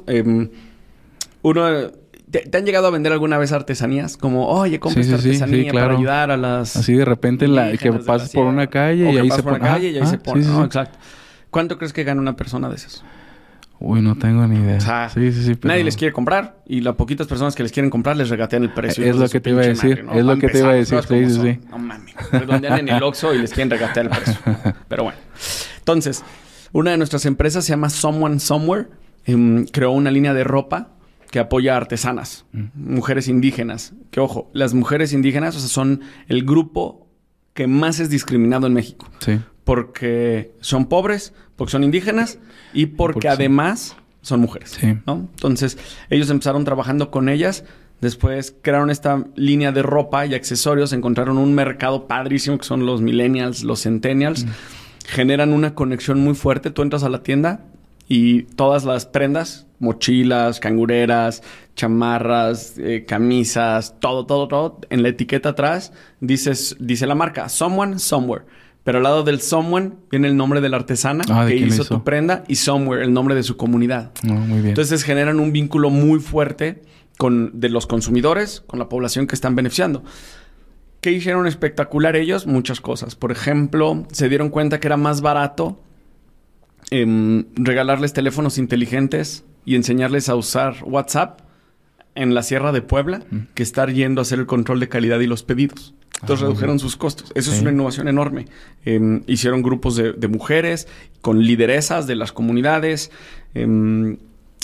¿Te han llegado a vender alguna vez artesanías? Como, oye, compra esta artesanía claro, para ayudar a las... Así de repente que pasas por una calle y ahí se pone. Y ahí se pone, ¿no? Exacto. ¿Cuánto crees que gana una persona de esas? Uy, no tengo ni idea. O sea, pero... nadie les quiere comprar y las poquitas personas que les quieren comprar les regatean el precio. Es lo que te iba a decir. Madre, ¿no? Es lo que te iba a decir. Sí. No mames. Redondean en el Oxxo y les quieren regatear el precio. Pero bueno. Entonces, una de nuestras empresas se llama Someone Somewhere. Creó una línea de ropa que apoya a artesanas, mujeres indígenas. Que ojo, las mujeres indígenas, o sea, son el grupo que más es discriminado en México. Sí. Porque son pobres, porque son indígenas y porque además son mujeres. Sí. ¿No? Entonces, ellos empezaron trabajando con ellas. Después crearon esta línea de ropa y accesorios. Encontraron un mercado padrísimo que son los millennials, los centennials. Generan una conexión muy fuerte. Tú entras a la tienda y todas las prendas, mochilas, cangureras, chamarras, camisas, todo, en la etiqueta atrás dice la marca Someone Somewhere. Pero al lado del Someone viene el nombre de la artesana que hizo tu prenda y Somewhere, el nombre de su comunidad. Muy bien. Entonces generan un vínculo muy fuerte de los consumidores con la población que están beneficiando. ¿Qué hicieron espectacular ellos? Muchas cosas. Por ejemplo, se dieron cuenta que era más barato regalarles teléfonos inteligentes y enseñarles a usar WhatsApp en la Sierra de Puebla que estar yendo a hacer el control de calidad y los pedidos. Entonces redujeron sus costos. Eso es una innovación enorme. Hicieron grupos de mujeres con lideresas de las comunidades.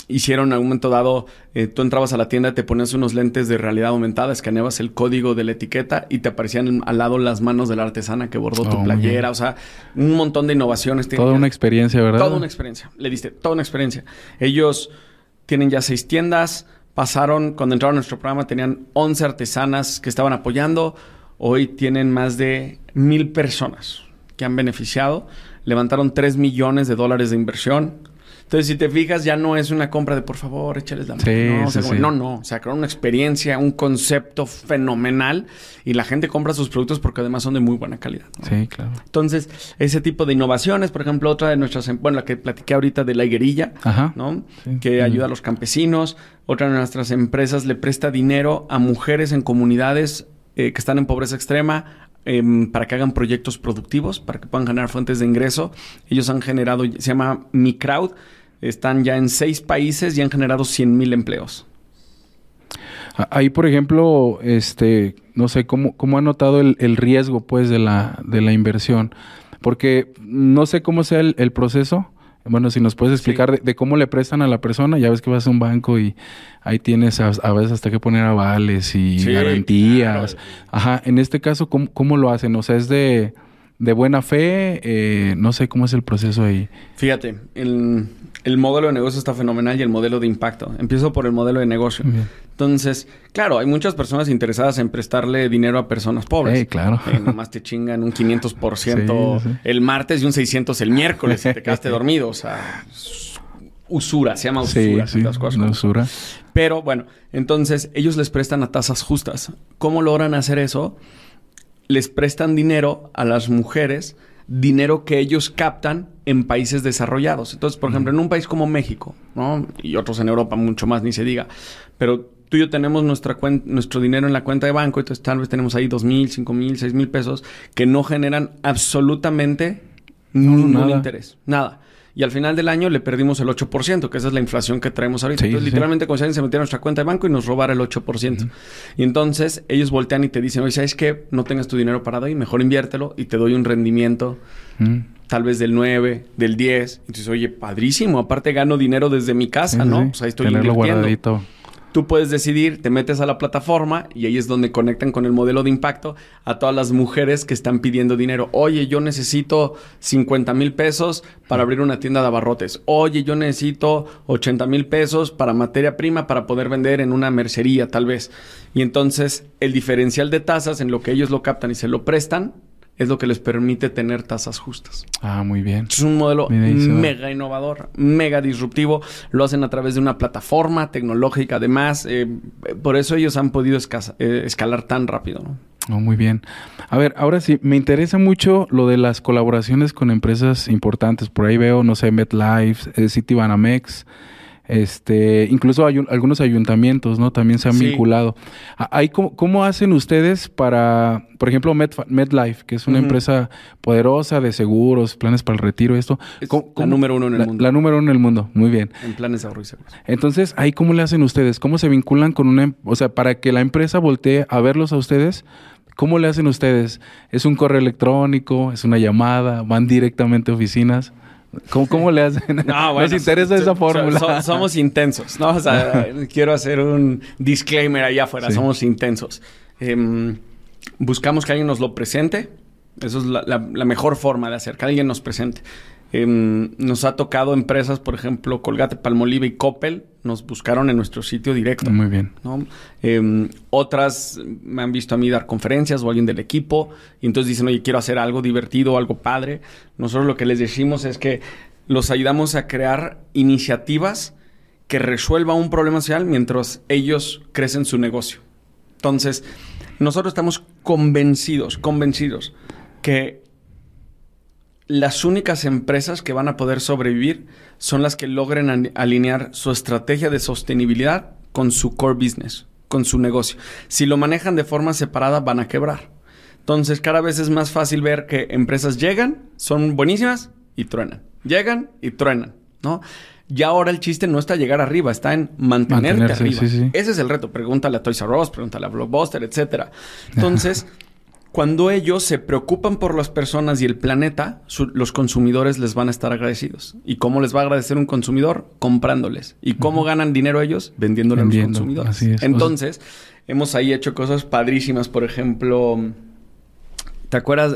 hicieron en algún momento dado, tú entrabas a la tienda, te ponías unos lentes de realidad aumentada, escaneabas el código de la etiqueta y te aparecían al lado las manos de la artesana que bordó tu playera. O sea, un montón de innovaciones. Toda una experiencia, ¿verdad? Toda una experiencia. Le diste toda una experiencia. Ellos tienen ya 6 tiendas. Pasaron, cuando entraron a nuestro programa, tenían 11 artesanas que estaban apoyando. Hoy tienen más de 1,000 personas que han beneficiado. Levantaron $3 millones de inversión. Entonces, si te fijas, ya no es una compra de, por favor, échales la mano. No. O sea, crearon una experiencia, un concepto fenomenal. Y la gente compra sus productos porque además son de muy buena calidad, ¿no? Sí, claro. Entonces, ese tipo de innovaciones, por ejemplo, otra de nuestras... Bueno, la que platiqué ahorita de la higuerilla, ¿no? Sí. Que ayuda a los campesinos. Otra de nuestras empresas le presta dinero a mujeres en comunidades que están en pobreza extrema, para que hagan proyectos productivos, para que puedan generar fuentes de ingreso. Ellos han generado, se llama Mi Crowd, están ya en 6 países y han generado 100,000 empleos. Ahí, por ejemplo, no sé, ¿cómo ha notado el riesgo, pues, de la inversión? Porque no sé cómo sea el proceso. Bueno, si nos puedes explicar de cómo le prestan a la persona. Ya ves que vas a un banco y ahí tienes a veces hasta que poner avales y garantías. Claro. Ajá, en este caso, ¿cómo lo hacen? O sea, ¿es de buena fe? No sé cómo es el proceso ahí. Fíjate, el modelo de negocio está fenomenal y el modelo de impacto. Empiezo por el modelo de negocio. Bien. Entonces, claro, hay muchas personas interesadas en prestarle dinero a personas pobres. Claro. Nomás te chingan un 500% el martes y un 600% el miércoles y te quedaste dormido. O sea, usura. Se llama usura. Usura. Pero, bueno, entonces, ellos les prestan a tasas justas. ¿Cómo logran hacer eso? Les prestan dinero a las mujeres, dinero que ellos captan en países desarrollados. Entonces, por ejemplo, en un país como México, ¿no? Y otros en Europa mucho más, ni se diga. Pero tú y yo tenemos nuestro dinero en la cuenta de banco, entonces tal vez tenemos ahí 2,000, 5,000, 6,000 pesos que no generan absolutamente ningún interés. Nada. Y al final del año le perdimos el 8%, que esa es la inflación que traemos ahorita. Entonces, literalmente, como si alguien se metiera a nuestra cuenta de banco y nos robara el 8%. Y entonces, ellos voltean y te dicen, oye, ¿sabes qué? No tengas tu dinero parado ahí, mejor inviértelo y te doy un rendimiento tal vez del 9, del 10. Entonces, oye, padrísimo. Aparte, gano dinero desde mi casa, ¿no? O sea, estoy tenerlo invirtiendo. Guardadito. Tú puedes decidir, te metes a la plataforma y ahí es donde conectan con el modelo de impacto a todas las mujeres que están pidiendo dinero. Oye, yo necesito 50,000 pesos para abrir una tienda de abarrotes. Oye, yo necesito 80,000 pesos para materia prima para poder vender en una mercería, tal vez. Y entonces, el diferencial de tasas en lo que ellos lo captan y se lo prestan es lo que les permite tener tasas justas. Ah, muy bien. Es un modelo mega innovador, mega disruptivo. Lo hacen a través de una plataforma tecnológica. Además, por eso ellos han podido escalar tan rápido, ¿no? Oh, muy bien. A ver, ahora sí, me interesa mucho lo de las colaboraciones con empresas importantes. Por ahí veo, no sé, MetLife, Citibanamex. Incluso hay algunos ayuntamientos, ¿no? También se han vinculado. ¿Cómo hacen ustedes para, por ejemplo, MetLife, que es una empresa poderosa de seguros, planes para el retiro, esto? La número 1 en el mundo. La número 1 en el mundo, muy bien. En planes de ahorro y seguros. Entonces, ¿ahí cómo le hacen ustedes? ¿Cómo se vinculan con o sea, para que la empresa voltee a verlos a ustedes? ¿Cómo le hacen ustedes? ¿Es un correo electrónico? ¿Es una llamada? ¿Van directamente a oficinas? ¿Cómo le hacen? No, bueno, nos interesa esa fórmula. Somos intensos, ¿no? O sea, quiero hacer un disclaimer allá afuera. Sí. Somos intensos. Buscamos que alguien nos lo presente. Eso es la mejor forma de hacer, que alguien nos presente. Nos ha tocado empresas, por ejemplo, Colgate-Palmolive y Coppel, nos buscaron en nuestro sitio directo. Muy bien. ¿No? Otras me han visto a mí dar conferencias o alguien del equipo y entonces dicen, oye, quiero hacer algo divertido, algo padre. Nosotros lo que les decimos es que los ayudamos a crear iniciativas que resuelvan un problema social mientras ellos crecen su negocio. Entonces, nosotros estamos convencidos que las únicas empresas que van a poder sobrevivir son las que logren alinear su estrategia de sostenibilidad con su core business, con su negocio. Si lo manejan de forma separada, van a quebrar. Entonces, cada vez es más fácil ver que empresas llegan, son buenísimas y truenan. Llegan y truenan, ¿no? Ya ahora el chiste no está llegar arriba, está en mantenerte arriba. Sí. Ese es el reto. Pregúntale a Toys R Us, pregúntale a Blockbuster, etcétera. Entonces... Cuando ellos se preocupan por las personas y el planeta, los consumidores les van a estar agradecidos. ¿Y cómo les va a agradecer un consumidor? Comprándoles. ¿Y cómo ganan dinero ellos? Vendiéndole a los consumidores. Así es. Entonces, hemos ahí hecho cosas padrísimas. Por ejemplo, ¿te acuerdas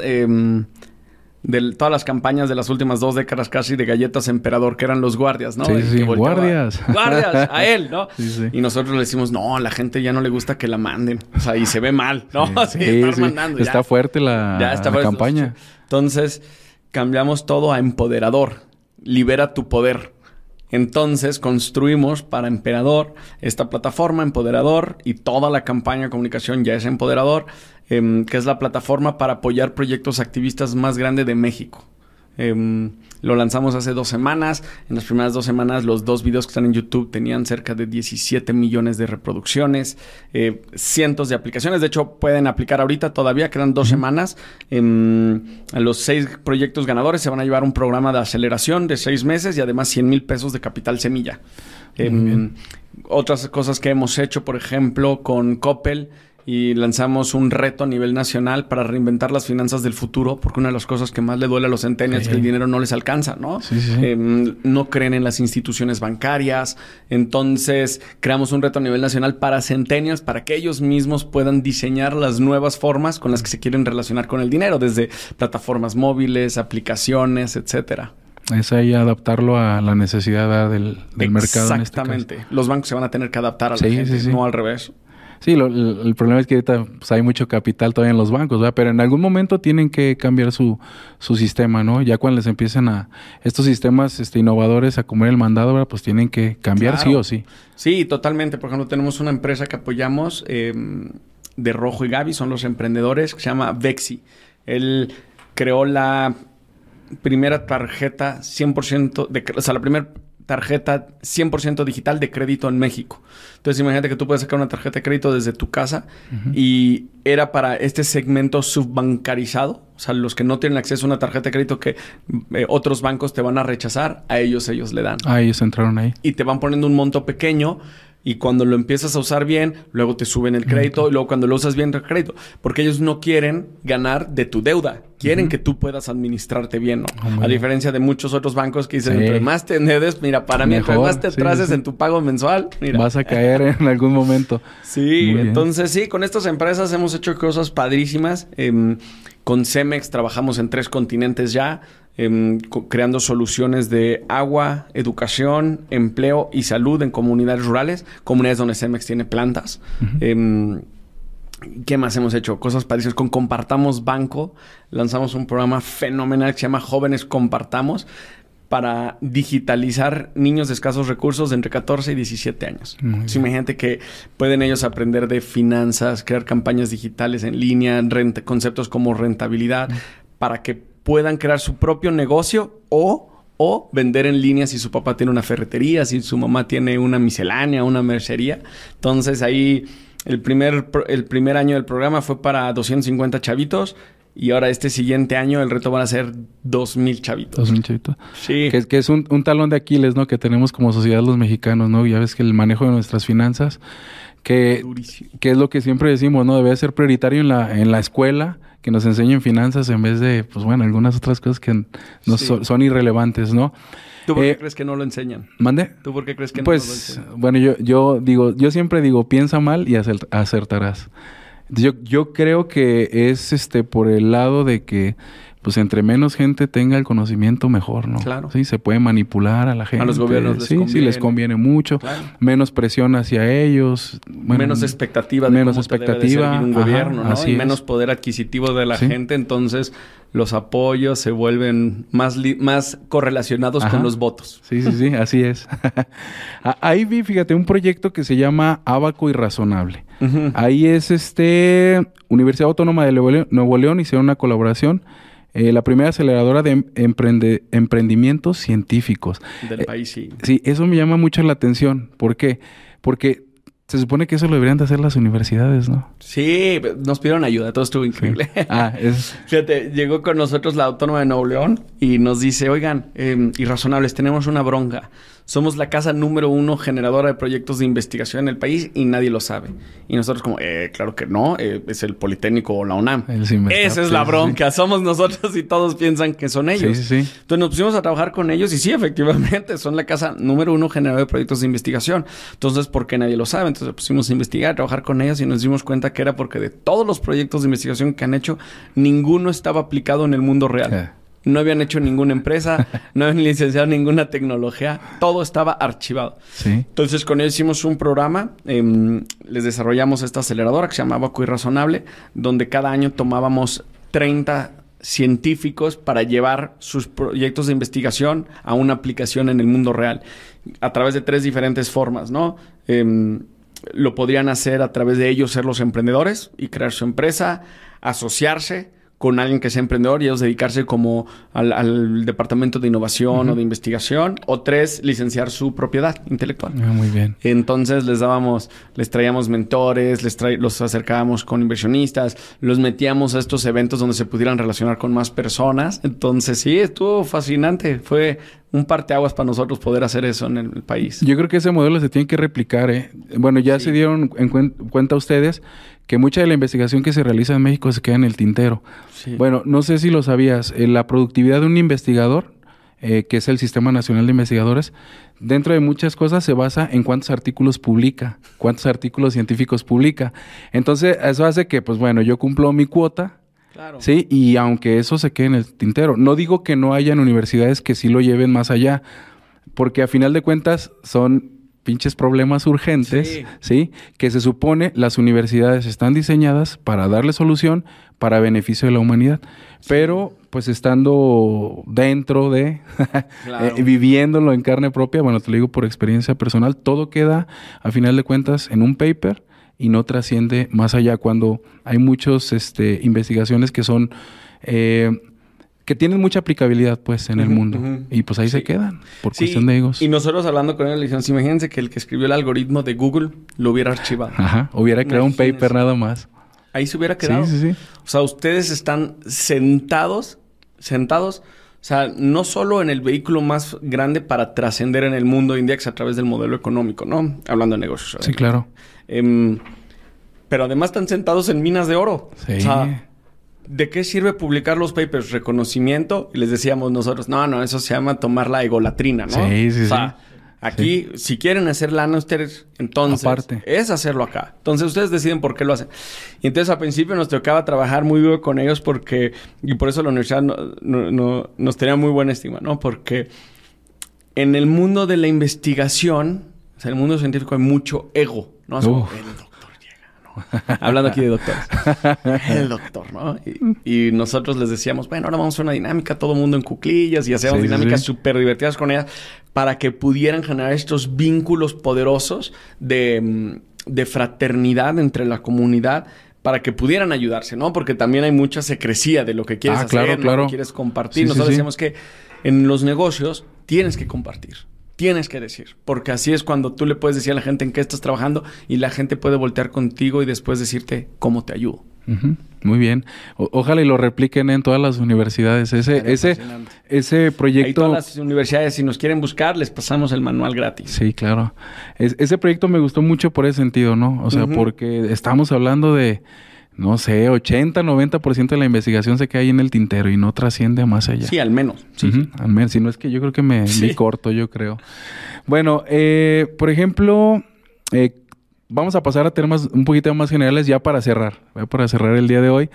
de todas las campañas de las últimas 2 décadas casi de galletas Emperador, que eran los guardias, ¿no? Sí, guardias. Guardias, a él, ¿no? Sí. Y nosotros le decimos, no, a la gente ya no le gusta que la manden. O sea, y se ve mal, ¿no? Estar mandando. Está fuerte la campaña. Entonces, cambiamos todo a empoderador. Libera tu poder. Entonces, construimos para Emperador esta plataforma, Empoderador, y toda la campaña de comunicación ya es Empoderador, que es la plataforma para apoyar proyectos activistas más grande de México. Lo lanzamos hace 2 semanas. En las primeras 2 semanas, los 2 videos que están en YouTube tenían cerca de 17 millones de reproducciones, cientos de aplicaciones. De hecho, pueden aplicar ahorita todavía, quedan 2 semanas. A los 6 proyectos ganadores se van a llevar un programa de aceleración de 6 meses y además 100,000 pesos de capital semilla. Otras cosas que hemos hecho, por ejemplo, con Coppel, y lanzamos un reto a nivel nacional para reinventar las finanzas del futuro, porque una de las cosas que más le duele a los centennials es que el dinero no les alcanza, ¿no? No creen en las instituciones bancarias. Entonces, creamos un reto a nivel nacional para centennials, para que ellos mismos puedan diseñar las nuevas formas con las que se quieren relacionar con el dinero, desde plataformas móviles, aplicaciones, etcétera. Es ahí adaptarlo a la necesidad del mercado. Exactamente. En este caso. Los bancos se van a tener que adaptar a la gente, no al revés. Sí, el problema es que ahorita pues, hay mucho capital todavía en los bancos, ¿verdad? Pero en algún momento tienen que cambiar su sistema, ¿no? Ya cuando les empiezan estos sistemas innovadores a comer el mandado, ¿verdad? Pues tienen que cambiar sí o sí. Sí, totalmente. Por ejemplo, tenemos una empresa que apoyamos de Rojo y Gaby, son los emprendedores, que se llama Vexi. Él creó la primera tarjeta 100% la primera tarjeta 100% digital de crédito en México. Entonces, imagínate que tú puedes sacar una tarjeta de crédito desde tu casa y era para este segmento subbancarizado. O sea, los que no tienen acceso a una tarjeta de crédito que otros bancos te van a rechazar, a ellos le dan. Ellos entraron ahí. Y te van poniendo un monto pequeño y cuando lo empiezas a usar bien, luego te suben el crédito y luego cuando lo usas bien el crédito. Porque ellos no quieren ganar de tu deuda. Quieren que tú puedas administrarte bien, ¿no? A diferencia de muchos otros bancos que dicen, entre más te endeudes, mira, para mí, entre más te atrases en tu pago mensual, mira. Vas a caer en algún momento. Sí, entonces sí, con estas empresas hemos hecho cosas padrísimas. Con Cemex trabajamos en 3 continentes ya, creando soluciones de agua, educación, empleo y salud en comunidades rurales, comunidades donde Cemex tiene plantas. ¿Qué más hemos hecho? Cosas padrísimas. Con Compartamos Banco lanzamos un programa fenomenal que se llama Jóvenes Compartamos para digitalizar niños de escasos recursos de entre 14 y 17 años. Entonces, imagínate que pueden ellos aprender de finanzas, crear campañas digitales en línea, conceptos como rentabilidad, para que puedan crear su propio negocio o vender en línea si su papá tiene una ferretería, si su mamá tiene una miscelánea, una mercería. Entonces, ahí el primer año del programa fue para 250 chavitos. Y ahora este siguiente año el reto van a ser 2,000 chavitos. 2,000 chavitos. Sí. Que es un talón de Aquiles, ¿no? Que tenemos como sociedad los mexicanos, ¿no? Ya ves que el manejo de nuestras finanzas, que es lo que siempre decimos, ¿no? Debe ser prioritario en la escuela, que nos enseñen finanzas en vez de, pues bueno, algunas otras cosas que son irrelevantes, ¿no? ¿Tú por qué crees que no lo enseñan? ¿Mande? ¿Tú por qué crees que no lo enseñan? Bueno, yo siempre digo, piensa mal y acertarás. Yo creo que es por el lado de que pues entre menos gente tenga el conocimiento mejor, ¿no? Claro. Sí, se puede manipular a la gente. A los gobiernos les conviene. Sí, les conviene mucho. Claro. Menos presión hacia ellos. Bueno, menos expectativa de cómo te debe de servir un gobierno, ¿no? Y menos poder adquisitivo de la gente. Entonces, los apoyos se vuelven más correlacionados con los votos. Sí, así es. Ahí vi, fíjate, un proyecto que se llama Ábaco y Razonable. Ahí es Universidad Autónoma de Nuevo León hicieron una colaboración. La primera aceleradora de emprendimientos científicos. Del país, sí. Sí, eso me llama mucho la atención. ¿Por qué? Porque Se supone que eso lo deberían de hacer las universidades, ¿no? Sí, nos pidieron ayuda. Todo estuvo increíble. Fíjate, llegó con nosotros la Autónoma de Nuevo León y nos dice, oigan, irrazonables, tenemos una bronca. Somos la casa número 1 generadora de proyectos de investigación en el país y nadie lo sabe. Y nosotros como, claro que no, es el Politécnico o la UNAM. Esa es la bronca. Sí. Somos nosotros y todos piensan que son ellos. Sí. Entonces nos pusimos a trabajar con ellos y sí, efectivamente, son la casa número 1 generadora de proyectos de investigación. Entonces, ¿por qué nadie lo sabe? Entonces pusimos a investigar, a trabajar con ellos y nos dimos cuenta que era porque de todos los proyectos de investigación que han hecho, ninguno estaba aplicado en el mundo real. No habían hecho ninguna empresa, no habían licenciado ninguna tecnología. Todo estaba archivado. Sí. Entonces, con ellos hicimos un programa. Les desarrollamos esta aceleradora que se llamaba Irrazonable, donde cada año tomábamos 30 científicos para llevar sus proyectos de investigación a una aplicación en el mundo real. A través de 3 diferentes formas, ¿no? Lo podrían hacer a través de ellos ser los emprendedores y crear su empresa, asociarse con alguien que sea emprendedor y ellos dedicarse como al departamento de innovación o de investigación. O 3, licenciar su propiedad intelectual. Muy bien. Entonces les traíamos mentores, los acercábamos con inversionistas, los metíamos a estos eventos donde se pudieran relacionar con más personas. Entonces sí, estuvo fascinante. Fue un parteaguas para nosotros poder hacer eso en el país. Yo creo que ese modelo se tiene que replicar, ¿eh? Bueno, ya se dieron cuenta ustedes que mucha de la investigación que se realiza en México se queda en el tintero. Sí. Bueno, no sé si lo sabías, la productividad de un investigador, que es el Sistema Nacional de Investigadores, dentro de muchas cosas se basa en cuántos artículos publica, cuántos artículos científicos publica. Entonces, eso hace que, pues bueno, yo cumplo mi cuota. Claro. Sí, y aunque eso se quede en el tintero. No digo que no hayan universidades que sí lo lleven más allá, porque a final de cuentas son pinches problemas urgentes, ¿sí? Que se supone las universidades están diseñadas para darle solución para beneficio de la humanidad. Sí. Pero, pues estando dentro de, viviéndolo en carne propia, bueno, te lo digo por experiencia personal, todo queda, a final de cuentas, en un paper y no trasciende más allá cuando hay muchas investigaciones que son... que tienen mucha aplicabilidad, pues, en el mundo. Y pues ahí se quedan, por cuestión de egos. Y nosotros hablando con él, le dijimos, imagínense que el que escribió el algoritmo de Google lo hubiera archivado. Hubiera creado un paper nada más. Ahí se hubiera quedado. Sí. O sea, ustedes están sentados, o sea, no solo en el vehículo más grande para trascender en el mundo hoy en día, que es a través del modelo económico, ¿no? Hablando de negocios. Sí, claro. Pero además están sentados en minas de oro. Sí. O sea, ¿de qué sirve publicar los papers? Reconocimiento. Y les decíamos nosotros, no, eso se llama tomar la egolatrina, ¿no? Sí. O sea, aquí, si quieren hacer lana ustedes, entonces aparte es hacerlo acá. Entonces ustedes deciden por qué lo hacen. Y entonces al principio nos tocaba trabajar muy duro con ellos y por eso la universidad nos tenía muy buena estima, ¿no? Porque en el mundo de la investigación, o sea, en el mundo científico hay mucho ego, ¿no? Hablando aquí de doctores. El doctor, ¿no? Y nosotros les decíamos, bueno, ahora vamos a hacer una dinámica, todo el mundo en cuclillas y hacíamos dinámicas súper divertidas con ellas para que pudieran generar estos vínculos poderosos de fraternidad entre la comunidad para que pudieran ayudarse, ¿no? Porque también hay mucha secrecía de lo que quieres hacer, claro. Lo que quieres compartir. Nosotros decíamos que en los negocios tienes que compartir. Tienes que decir, porque así es cuando tú le puedes decir a la gente en qué estás trabajando y la gente puede voltear contigo y después decirte cómo te ayudo. Muy bien. Ojalá y lo repliquen en todas las universidades. Ese proyecto... Ahí todas las universidades, si nos quieren buscar, les pasamos el manual gratis. Sí, claro. Ese proyecto me gustó mucho por ese sentido, ¿no? O sea, porque estamos hablando de... No sé, 80-90% de la investigación se queda ahí en el tintero y no trasciende más allá. Sí, al menos. Sí. Al menos. Si no es que yo creo que me corto, yo creo. Bueno, por ejemplo, vamos a pasar a temas un poquito más generales ya para cerrar. Para cerrar el día de hoy.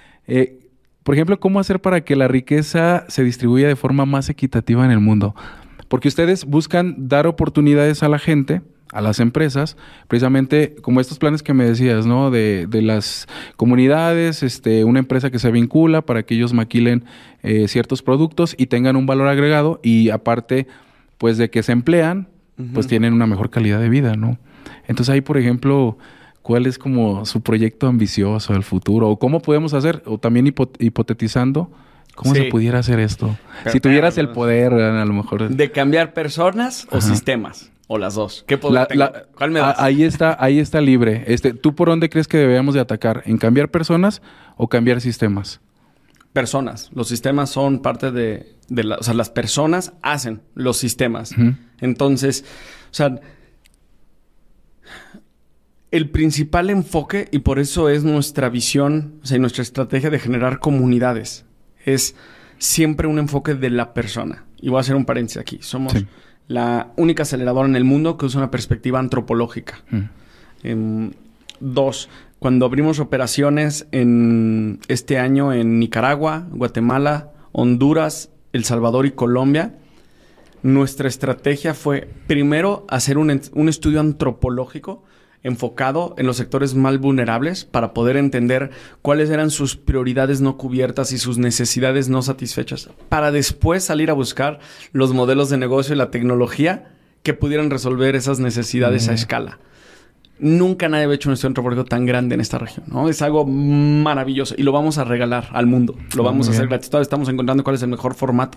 Por ejemplo, ¿cómo hacer para que la riqueza se distribuya de forma más equitativa en el mundo? Porque ustedes buscan dar oportunidades a la gente, a las empresas, precisamente como estos planes que me decías, ¿no? De las comunidades, una empresa que se vincula para que ellos maquilen ciertos productos y tengan un valor agregado y aparte, pues de que se emplean, pues tienen una mejor calidad de vida, ¿no? Entonces ahí, por ejemplo, ¿cuál es como su proyecto ambicioso del futuro? ¿O cómo podemos hacer? O también hipotetizando, ¿cómo se pudiera hacer esto? Pero si tuvieras el poder, a lo mejor... ¿De cambiar personas o sistemas? o las dos? ¿Qué poder tengo? ¿Cuál me das? Ahí está libre. ¿Tú por dónde crees que debemos de atacar? ¿En cambiar personas o cambiar sistemas? Personas. Los sistemas son parte o sea, las personas hacen los sistemas. Uh-huh. Entonces, o sea, el principal enfoque, y por eso es nuestra visión, o sea, y nuestra estrategia de generar comunidades, es siempre un enfoque de la persona. Y voy a hacer un paréntesis aquí. Somos la única aceleradora en el mundo que usa una perspectiva antropológica. Uh-huh. 2, cuando abrimos operaciones este año en Nicaragua, Guatemala, Honduras, El Salvador y Colombia, nuestra estrategia fue primero hacer un estudio antropológico enfocado en los sectores más vulnerables para poder entender cuáles eran sus prioridades no cubiertas y sus necesidades no satisfechas, para después salir a buscar los modelos de negocio y la tecnología que pudieran resolver esas necesidades a escala. Nunca nadie había hecho un estudio antropológico tan grande en esta región, ¿no? Es algo maravilloso y lo vamos a regalar al mundo. Lo vamos a hacer gratis. Todavía estamos encontrando cuál es el mejor formato.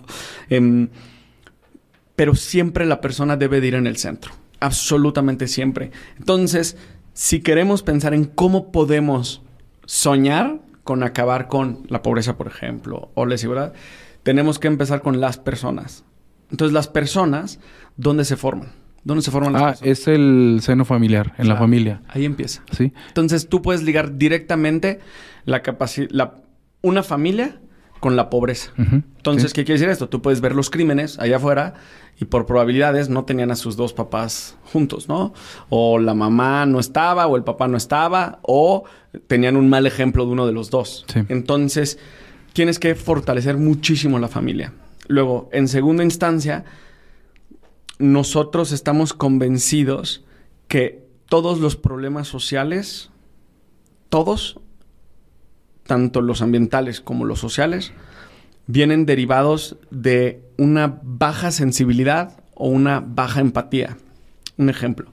Pero siempre la persona debe de ir en el centro. Absolutamente siempre. Entonces, si queremos pensar en cómo podemos soñar con acabar con la pobreza, por ejemplo, o la desigualdad, tenemos que empezar con las personas. Entonces, las personas, ¿dónde se forman? ¿Dónde se forman las personas? Es el seno familiar, en la familia. Ahí empieza. Sí. Entonces, tú puedes ligar directamente una familia con la pobreza. Uh-huh. Entonces, ¿qué quiere decir esto? Tú puedes ver los crímenes allá afuera y por probabilidades no tenían a sus dos papás juntos, ¿no? O la mamá no estaba, o el papá no estaba, o tenían un mal ejemplo de uno de los dos. Sí. Entonces, tienes que fortalecer muchísimo la familia. Luego, en segunda instancia, nosotros estamos convencidos que todos los problemas sociales, todos, tanto los ambientales como los sociales, vienen derivados de una baja sensibilidad o una baja empatía. Un ejemplo.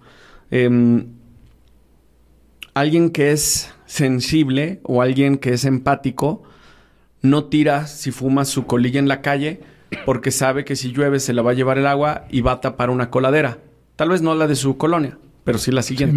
Alguien que es sensible o alguien que es empático no tira si fuma su colilla en la calle porque sabe que si llueve se la va a llevar el agua y va a tapar una coladera. Tal vez no la de su colonia, pero sí la siguiente.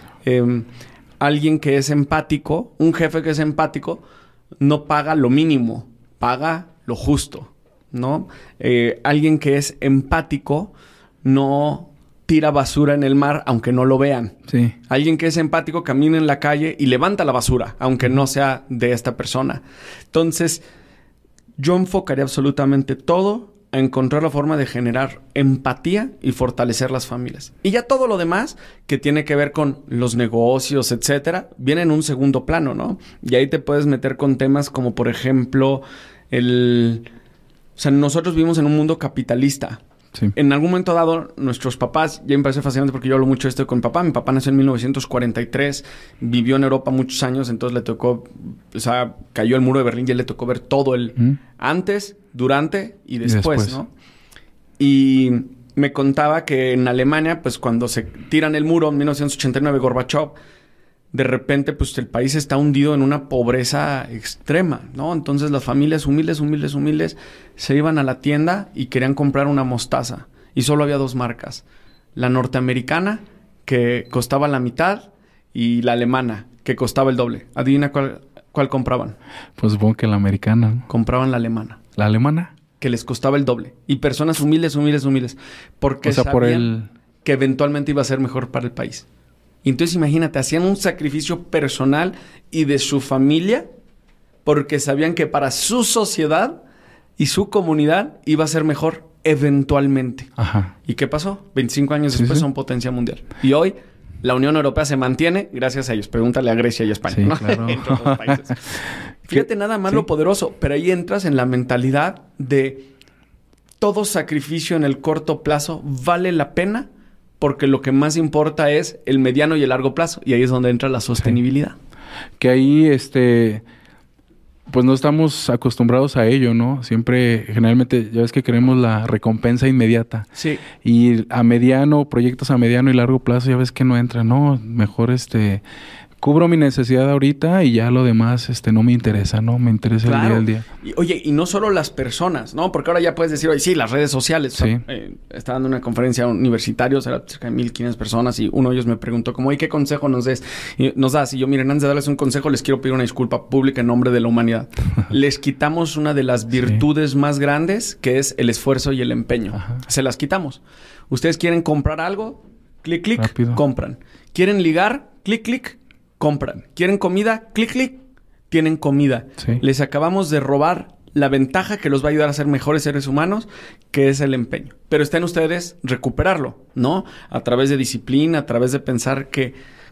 Alguien que es empático, un jefe que es empático, no paga lo mínimo, paga lo justo, ¿no? Alguien que es empático no tira basura en el mar aunque no lo vean. Sí. Alguien que es empático camina en la calle y levanta la basura aunque no sea de esta persona. Entonces, yo enfocaría absolutamente todo a encontrar la forma de generar empatía y fortalecer las familias. Y ya todo lo demás que tiene que ver con los negocios, etcétera, viene en un segundo plano, ¿no? Y ahí te puedes meter con temas como, por ejemplo, o sea, nosotros vivimos en un mundo capitalista. Sí. En algún momento dado, nuestros papás, ya me parece fascinante porque yo hablo mucho de esto con mi papá. Mi papá nació en 1943, vivió en Europa muchos años, entonces le tocó, o sea, cayó el muro de Berlín y él le tocó ver todo el antes, durante y después, ¿no? Y me contaba que en Alemania, pues cuando se tiran el muro en 1989, Gorbachev, de repente, pues el país está hundido en una pobreza extrema, ¿no? Entonces las familias humildes se iban a la tienda y querían comprar una mostaza. Y solo había dos marcas. La norteamericana, que costaba la mitad, y la alemana, que costaba el doble. Adivina cuál compraban. Pues supongo que la americana, ¿no? Compraban la alemana. ¿La alemana? Que les costaba el doble. Y personas humildes. Porque sabían que eventualmente iba a ser mejor para el país. Entonces, imagínate, hacían un sacrificio personal y de su familia porque sabían que para su sociedad y su comunidad iba a ser mejor eventualmente. Ajá. ¿Y qué pasó? 25 años después son potencia mundial. Y hoy la Unión Europea se mantiene gracias a ellos. Pregúntale a Grecia y a España, sí, ¿no? Claro. Entre otros países. Fíjate nada más lo poderoso, pero ahí entras en la mentalidad de todo sacrificio en el corto plazo vale la pena porque lo que más importa es el mediano y el largo plazo. Y ahí es donde entra la sostenibilidad. Sí. Que ahí, pues no estamos acostumbrados a ello, ¿no? Siempre, generalmente, ya ves que queremos la recompensa inmediata. Sí. Y proyectos a mediano y largo plazo, ya ves que no entran, ¿no? Mejor, cubro mi necesidad ahorita y ya lo demás no me interesa, ¿no? Me interesa el día al día. Y, oye, y no solo las personas, ¿no? Porque ahora ya puedes decir, oye, sí, las redes sociales. Sí. O sea, estaba dando una conferencia a universitarios, era cerca de 1,500 personas y uno de ellos me preguntó como, oye, ¿qué consejo nos das? Y yo, miren, antes de darles un consejo, les quiero pedir una disculpa pública en nombre de la humanidad. Les quitamos una de las virtudes más grandes, que es el esfuerzo y el empeño. Ajá. Se las quitamos. Ustedes quieren comprar algo, clic, clic, rápido. Compran. Quieren ligar, clic, clic, compran. ¿Quieren comida? Clic, clic. Tienen comida. Sí. Les acabamos de robar la ventaja que los va a ayudar a ser mejores seres humanos, que es el empeño. Pero está en ustedes recuperarlo, ¿no? A través de disciplina, a través de pensar que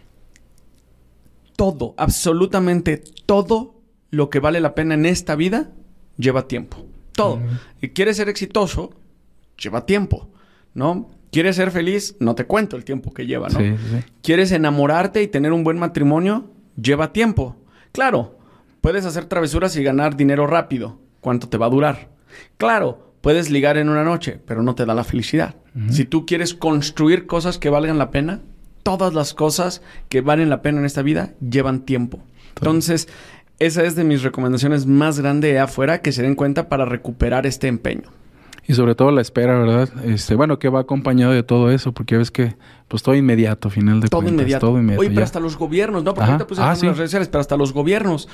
todo, absolutamente todo lo que vale la pena en esta vida lleva tiempo. Todo. Y quieres ser exitoso, lleva tiempo, ¿no? ¿Quieres ser feliz? No te cuento el tiempo que lleva, ¿no? Sí, sí. ¿Quieres enamorarte y tener un buen matrimonio? Lleva tiempo. Claro, puedes hacer travesuras y ganar dinero rápido. ¿Cuánto te va a durar? Claro, puedes ligar en una noche, pero no te da la felicidad. Si tú quieres construir cosas que valgan la pena, todas las cosas que valen la pena en esta vida llevan tiempo. Entonces, esa es de mis recomendaciones más grandes afuera, que se den cuenta para recuperar este empeño. Y sobre todo la espera, ¿verdad? Bueno, que va acompañado de todo eso, porque ves que pues todo inmediato, final de cuentas. Inmediato. Todo inmediato. Oye, pero hasta los gobiernos, ¿no? Porque ahorita puse las redes sociales, pero hasta los gobiernos.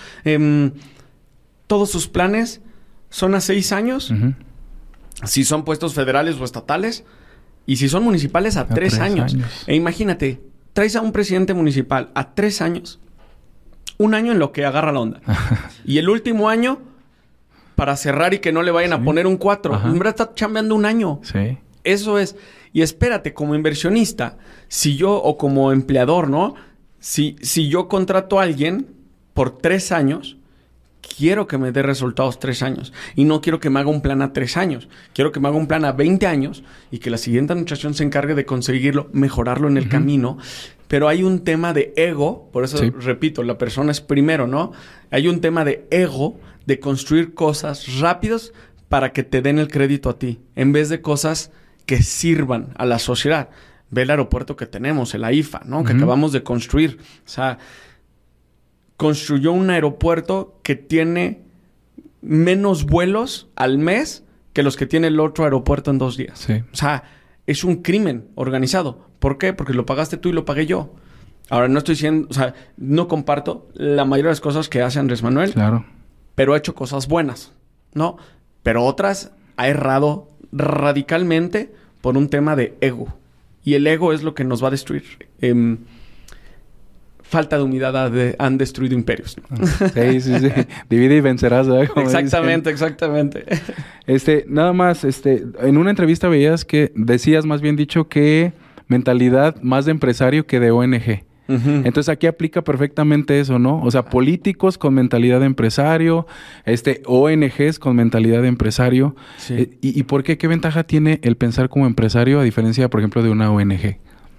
Todos sus planes son a 6 años. Si son puestos federales o estatales. Y si son municipales, a 3 años. E imagínate, traes a un presidente municipal a 3 años. 1 año en lo que agarra la onda. Y el último año para cerrar y que no le vayan a poner un 4. En verdad está chambeando 1 año. Sí. Eso es. Y espérate, como inversionista, si yo, o como empleador, ¿no? Si yo contrato a alguien por 3 años, quiero que me dé resultados 3 años. Y no quiero que me haga un plan a 3 años. Quiero que me haga un plan a 20 años y que la siguiente administración se encargue de conseguirlo, mejorarlo en el camino. Pero hay un tema de ego, por eso repito, la persona es primero, ¿no? Hay un tema de ego, de construir cosas rápidas para que te den el crédito a ti, en vez de cosas que sirvan a la sociedad. Ve el aeropuerto que tenemos, el AIFA, ¿no? Que acabamos de construir. O sea, construyó un aeropuerto que tiene menos vuelos al mes que los que tiene el otro aeropuerto en 2 días. Sí. O sea, es un crimen organizado. ¿Por qué? Porque lo pagaste tú y lo pagué yo. Ahora, no estoy diciendo... O sea, no comparto la mayoría de las cosas que hace Andrés Manuel. Claro. Pero ha hecho cosas buenas, ¿no? Pero otras ha errado radicalmente por un tema de ego. Y el ego es lo que nos va a destruir. Falta de humildad han destruido imperios, ¿no? Sí. Divide y vencerás, ¿verdad? Como exactamente. Nada más, en una entrevista veías que... Decías, más bien dicho, que mentalidad más de empresario que de ONG. Entonces, aquí aplica perfectamente eso, ¿no? O sea, políticos con mentalidad de empresario, ONGs con mentalidad de empresario. Sí. ¿Y por qué? ¿Qué ventaja tiene el pensar como empresario a diferencia, por ejemplo, de una ONG?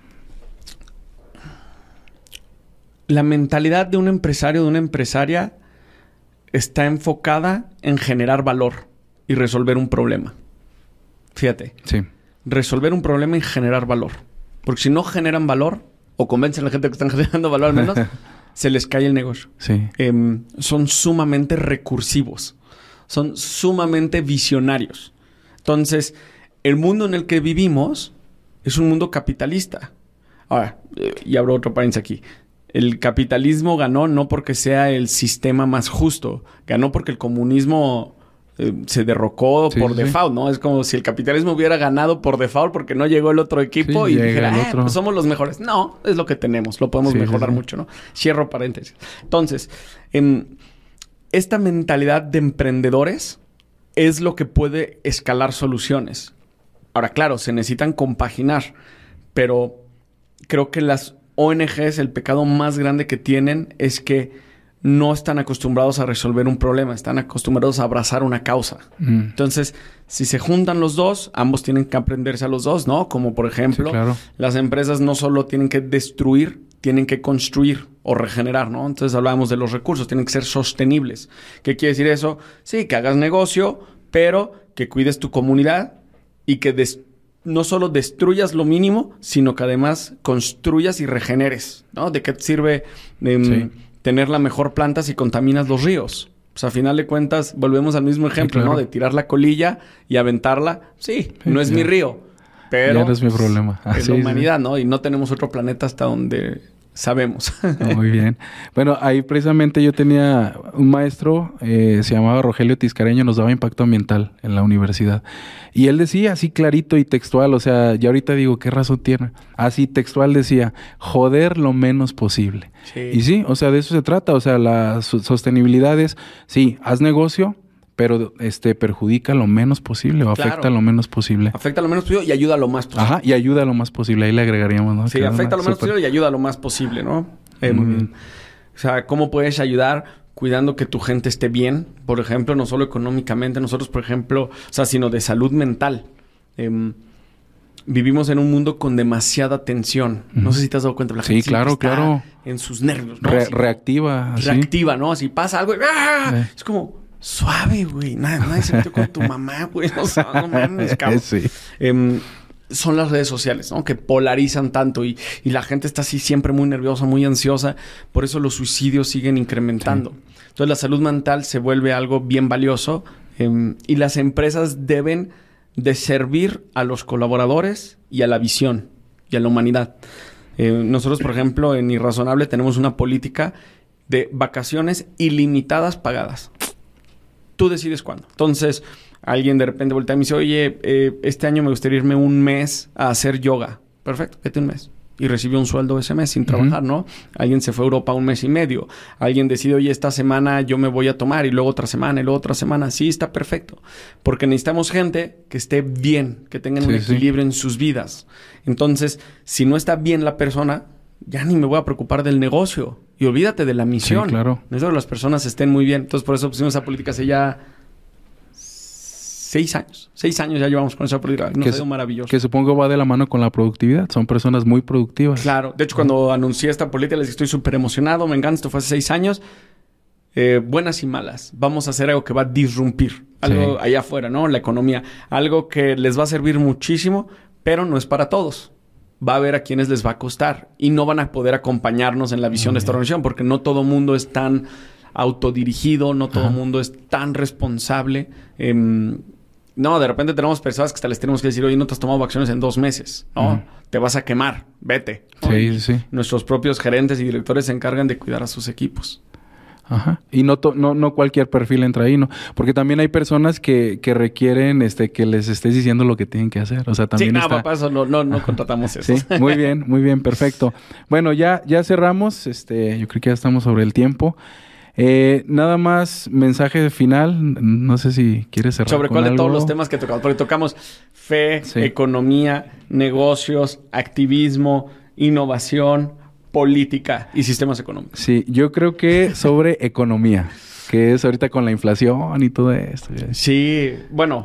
La mentalidad de un empresario, de una empresaria, está enfocada en generar valor y resolver un problema. Fíjate. Sí. Resolver un problema y generar valor. Porque si no generan valor, o convencen a la gente que están generando valor al menos, se les cae el negocio. Sí. Son sumamente recursivos. Son sumamente visionarios. Entonces, el mundo en el que vivimos es un mundo capitalista. Ahora, y abro otro paréntesis aquí. El capitalismo ganó no porque sea el sistema más justo. Ganó porque el comunismo se derrocó por default, ¿no? Es como si el capitalismo hubiera ganado por default porque no llegó el otro equipo y dijera, pues somos los mejores. No, es lo que tenemos. Lo podemos mejorar mucho, ¿no? Cierro paréntesis. Entonces, esta mentalidad de emprendedores es lo que puede escalar soluciones. Ahora, claro, se necesitan compaginar, pero creo que las ONGs, el pecado más grande que tienen es que no están acostumbrados a resolver un problema, están acostumbrados a abrazar una causa. Entonces, si se juntan los dos, ambos tienen que aprenderse a los dos, ¿no? Como por ejemplo, las empresas no solo tienen que destruir, tienen que construir o regenerar, ¿no? Entonces hablábamos de los recursos, tienen que ser sostenibles. ¿Qué quiere decir eso? Sí, que hagas negocio, pero que cuides tu comunidad y que no solo destruyas lo mínimo, sino que además construyas y regeneres, ¿no? ¿De qué te sirve tener la mejor planta si contaminas los ríos? Pues a final de cuentas, volvemos al mismo ejemplo, ¿no? De tirar la colilla y aventarla. Sí, no es mi río, pero ya no es mi problema. Es la humanidad, ¿no? Y no tenemos otro planeta hasta donde sabemos. Muy bien. Bueno, ahí precisamente yo tenía un maestro, se llamaba Rogelio Tiscareño, nos daba impacto ambiental en la universidad. Y él decía así clarito y textual, o sea, ya ahorita digo, ¿qué razón tiene? Así textual decía, joder lo menos posible. Sí. Y sí, o sea, de eso se trata. O sea, la sostenibilidad es, sí, haz negocio, pero perjudica lo menos posible o afecta lo menos posible. Afecta lo menos posible y ayuda lo más posible. Ajá, y ayuda lo más posible. Ahí le agregaríamos, ¿no? Sí, afecta lo menos posible y ayuda lo más posible, ¿no? O sea, ¿cómo puedes ayudar cuidando que tu gente esté bien? Por ejemplo, no solo económicamente, nosotros, por ejemplo, o sea, sino de salud mental. Vivimos en un mundo con demasiada tensión. No sé si te has dado cuenta. La gente está en sus nervios, ¿no? Reactiva. Reactiva, ¿no? Si pasa algo, ¡ah! Es como... Suave, güey. Nadie se metió con tu mamá, güey. O sea, no mames, cabrón. Sí. Son las redes sociales, ¿no? Que polarizan tanto y la gente está así siempre muy nerviosa, muy ansiosa. Por eso los suicidios siguen incrementando. Sí. Entonces, la salud mental se vuelve algo bien valioso y las empresas deben de servir a los colaboradores y a la visión y a la humanidad. Nosotros, por ejemplo, en Irrazonable tenemos una política de vacaciones ilimitadas pagadas. Tú decides cuándo. Entonces, alguien de repente voltea y me dice, oye, este año me gustaría irme un mes a hacer yoga. Perfecto, vete un mes. Y recibió un sueldo ese mes sin trabajar, ¿no? Alguien se fue a Europa un mes y medio. Alguien decide, oye, esta semana yo me voy a tomar y luego otra semana y luego otra semana. Sí, está perfecto. Porque necesitamos gente que esté bien, que tengan un equilibrio en sus vidas. Entonces, si no está bien la persona, ya ni me voy a preocupar del negocio. Y olvídate de la misión. Sí, claro. Necesito que las personas estén muy bien. Entonces, por eso pusimos esa política hace ya 6 años. 6 años ya llevamos con esa política. Nos ha ido maravilloso. Que supongo va de la mano con la productividad. Son personas muy productivas. Claro. De hecho, cuando anuncié esta política, les dije, estoy súper emocionado. Me encanta. Esto fue hace 6 años. Buenas y malas. Vamos a hacer algo que va a disrumpir. Algo allá afuera, ¿no? La economía. Algo que les va a servir muchísimo, pero no es para todos. Va a haber a quienes les va a costar y no van a poder acompañarnos en la visión de esta organización porque no todo mundo es tan autodirigido, no todo mundo es tan responsable. No, de repente tenemos personas que hasta les tenemos que decir, oye, no te has tomado vacaciones en 2 meses, ¿no? Te vas a quemar, vete. ¿No? Sí. Nuestros propios gerentes y directores se encargan de cuidar a sus equipos. Ajá. Y no cualquier perfil entra ahí, ¿no? Porque también hay personas que requieren que les estés diciendo lo que tienen que hacer. O sea, también papá, eso no contratamos eso. Sí, muy bien, perfecto. Bueno, ya cerramos. Yo creo que ya estamos sobre el tiempo. Nada más, mensaje final. No sé si quieres cerrar ¿sobre cuál de todos los temas que tocamos? Porque tocamos fe, economía, negocios, activismo, innovación, política y sistemas económicos. Sí, yo creo que sobre economía, que es ahorita con la inflación y todo esto. Sí, bueno,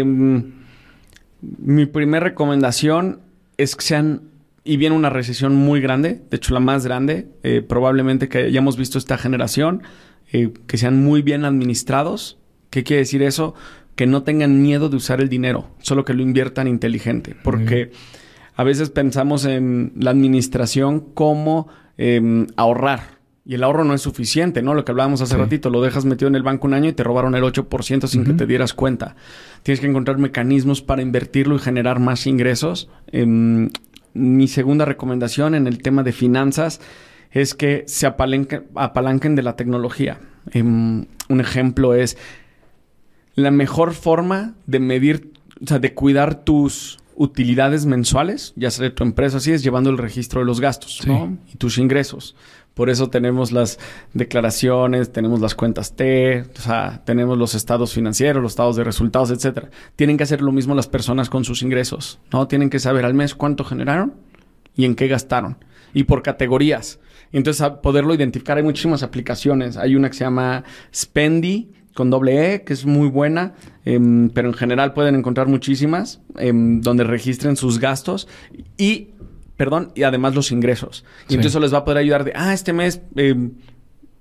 mi primera recomendación es que sean, y viene una recesión muy grande, de hecho la más grande, probablemente que hayamos visto esta generación, que sean muy bien administrados. ¿Qué quiere decir eso? Que no tengan miedo de usar el dinero, solo que lo inviertan inteligente, porque a veces pensamos en la administración como ahorrar. Y el ahorro no es suficiente, ¿no? Lo que hablábamos hace ratito. Lo dejas metido en el banco un año y te robaron el 8% sin que te dieras cuenta. Tienes que encontrar mecanismos para invertirlo y generar más ingresos. Mi segunda recomendación en el tema de finanzas es que se apalanquen de la tecnología. Un ejemplo es la mejor forma de medir, o sea, de cuidar tus utilidades mensuales, ya sea de tu empresa, así es llevando el registro de los gastos, ¿no? Y tus ingresos. Por eso tenemos las declaraciones, tenemos las cuentas T, o sea, tenemos los estados financieros, los estados de resultados, etcétera. Tienen que hacer lo mismo las personas con sus ingresos, ¿no? Tienen que saber al mes cuánto generaron y en qué gastaron. Y por categorías. Y entonces, a poderlo identificar, hay muchísimas aplicaciones. Hay una que se llama Spendy, con _E, que es muy buena, pero en general pueden encontrar muchísimas donde registren sus gastos y además los ingresos. Y entonces eso les va a poder ayudar de, este mes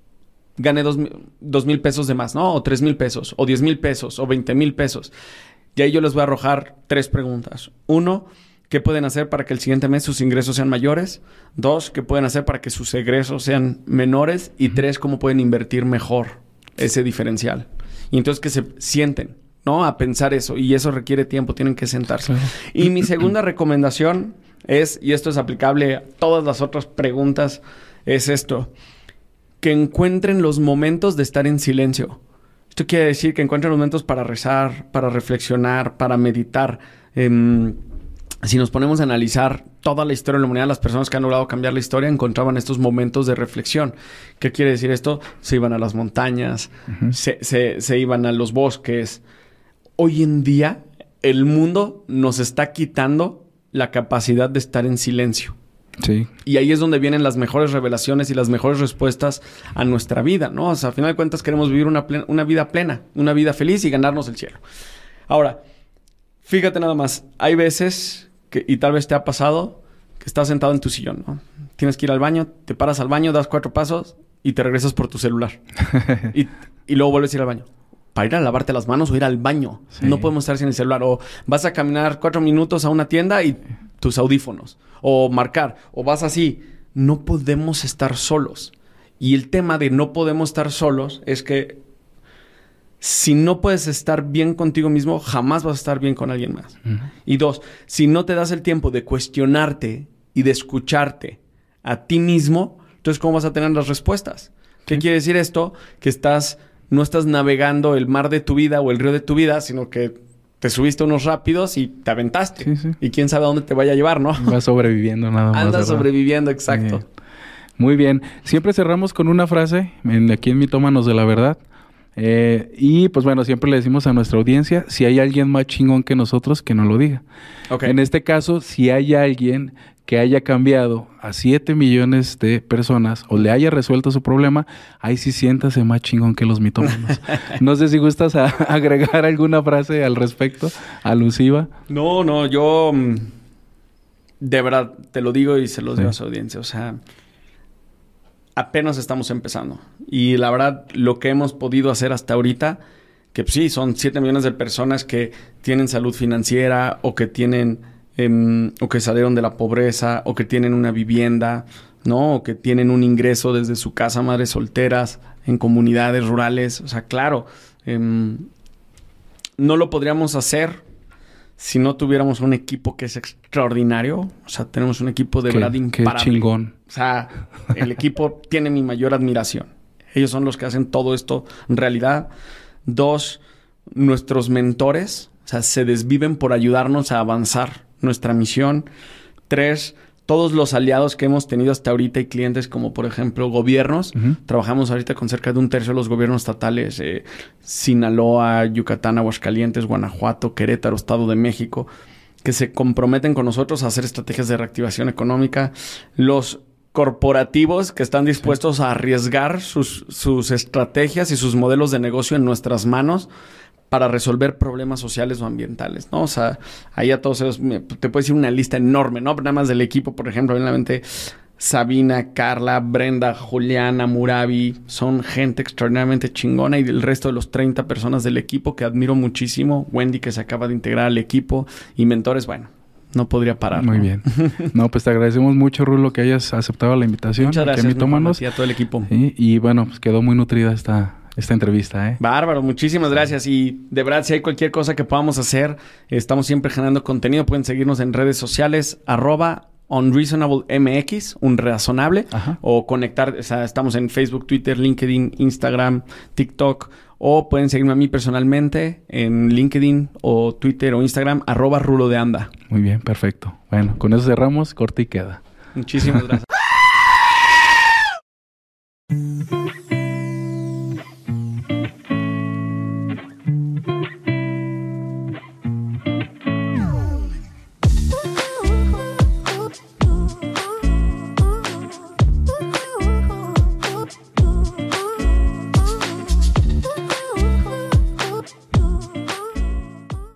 gané 2,000 pesos de más, ¿no? O 3,000 pesos, o 10,000 pesos, o 20,000 pesos. Y ahí yo les voy a arrojar 3 preguntas. 1, ¿qué pueden hacer para que el siguiente mes sus ingresos sean mayores? 2, ¿qué pueden hacer para que sus egresos sean menores? Y 3, ¿cómo pueden invertir mejor ese diferencial? Y entonces que se sienten, ¿no? A pensar eso. Y eso requiere tiempo. Tienen que sentarse. Claro. Y mi segunda recomendación es, y esto es aplicable a todas las otras preguntas, es esto. Que encuentren los momentos de estar en silencio. Esto quiere decir que encuentren los momentos para rezar, para reflexionar, para meditar. Si nos ponemos a analizar toda la historia de la humanidad, las personas que han logrado cambiar la historia encontraban estos momentos de reflexión. ¿Qué quiere decir esto? Se iban a las montañas, se iban a los bosques. Hoy en día, el mundo nos está quitando la capacidad de estar en silencio. Sí. Y ahí es donde vienen las mejores revelaciones y las mejores respuestas a nuestra vida, ¿no? O sea, a final de cuentas queremos vivir una vida plena, una vida feliz y ganarnos el cielo. Ahora, fíjate nada más. Hay veces, y tal vez te ha pasado, que estás sentado en tu sillón, ¿no? Tienes que ir al baño, te paras al baño, das 4 pasos y te regresas por tu celular. y luego vuelves a ir al baño. Para ir a lavarte las manos o ir al baño. Sí. No podemos estar sin el celular. O vas a caminar 4 minutos a una tienda y tus audífonos. O marcar. O vas así. No podemos estar solos. Y el tema de no podemos estar solos es que si no puedes estar bien contigo mismo, jamás vas a estar bien con alguien más. Y 2, si no te das el tiempo de cuestionarte y de escucharte a ti mismo, entonces ¿cómo vas a tener las respuestas? ¿Qué quiere decir esto? Que no estás navegando el mar de tu vida o el río de tu vida, sino que te subiste unos rápidos y te aventaste. Sí, sí. Y quién sabe a dónde te vaya a llevar, ¿no? Vas sobreviviendo nada más. Andas sobreviviendo, exacto. Muy bien. Siempre cerramos con una frase aquí en Mitómanos de la Verdad. Y pues bueno, siempre le decimos a nuestra audiencia, si hay alguien más chingón que nosotros, que nos lo diga. Okay. En este caso, si hay alguien que haya cambiado a 7 millones de personas o le haya resuelto su problema, ahí sí siéntase más chingón que los mitómanos. No sé si gustas agregar alguna frase al respecto, alusiva. No, yo de verdad te lo digo y se los digo a su audiencia. O sea, apenas estamos empezando. Y la verdad, lo que hemos podido hacer hasta ahorita, que pues, sí, son 7 millones de personas que tienen salud financiera o que tienen... o que salieron de la pobreza, o que tienen una vivienda, ¿no? O que tienen un ingreso desde su casa, madres solteras, en comunidades rurales. O sea, claro, no lo podríamos hacer si no tuviéramos un equipo que es extraordinario. O sea, tenemos un equipo de verdad imparable. Qué chingón. O sea, el equipo tiene mi mayor admiración. Ellos son los que hacen todo esto en realidad. 2, nuestros mentores, o sea, se desviven por ayudarnos a avanzar nuestra misión. 3, todos los aliados que hemos tenido hasta ahorita y clientes como, por ejemplo, gobiernos. Trabajamos ahorita con cerca de 1/3 de los gobiernos estatales. Sinaloa, Yucatán, Aguascalientes, Guanajuato, Querétaro, Estado de México, que se comprometen con nosotros a hacer estrategias de reactivación económica. Los corporativos que están dispuestos a arriesgar sus estrategias y sus modelos de negocio en nuestras manos para resolver problemas sociales o ambientales, ¿no? O sea, ahí a todos ellos te puedo decir una lista enorme, ¿no? Nada más del equipo, por ejemplo, obviamente Sabina, Carla, Brenda, Juliana, Murabi, son gente extraordinariamente chingona, y el resto de los 30 personas del equipo que admiro muchísimo, Wendy, que se acaba de integrar al equipo, y mentores, bueno, no podría parar. Muy bien. No, pues te agradecemos mucho, Rulo, que hayas aceptado la invitación. Muchas gracias, y a todo el equipo. Y bueno, pues quedó muy nutrida esta entrevista, ¿eh? Bárbaro, muchísimas gracias. Y de verdad, si hay cualquier cosa que podamos hacer, estamos siempre generando contenido. Pueden seguirnos en redes sociales, @unreasonablemx, unrazonable, o conectar, o sea, estamos en Facebook, Twitter, LinkedIn, Instagram, TikTok, o pueden seguirme a mí personalmente en LinkedIn o Twitter o Instagram, @rulodeanda. Muy bien, perfecto. Bueno, con eso cerramos, corte y queda. Muchísimas gracias.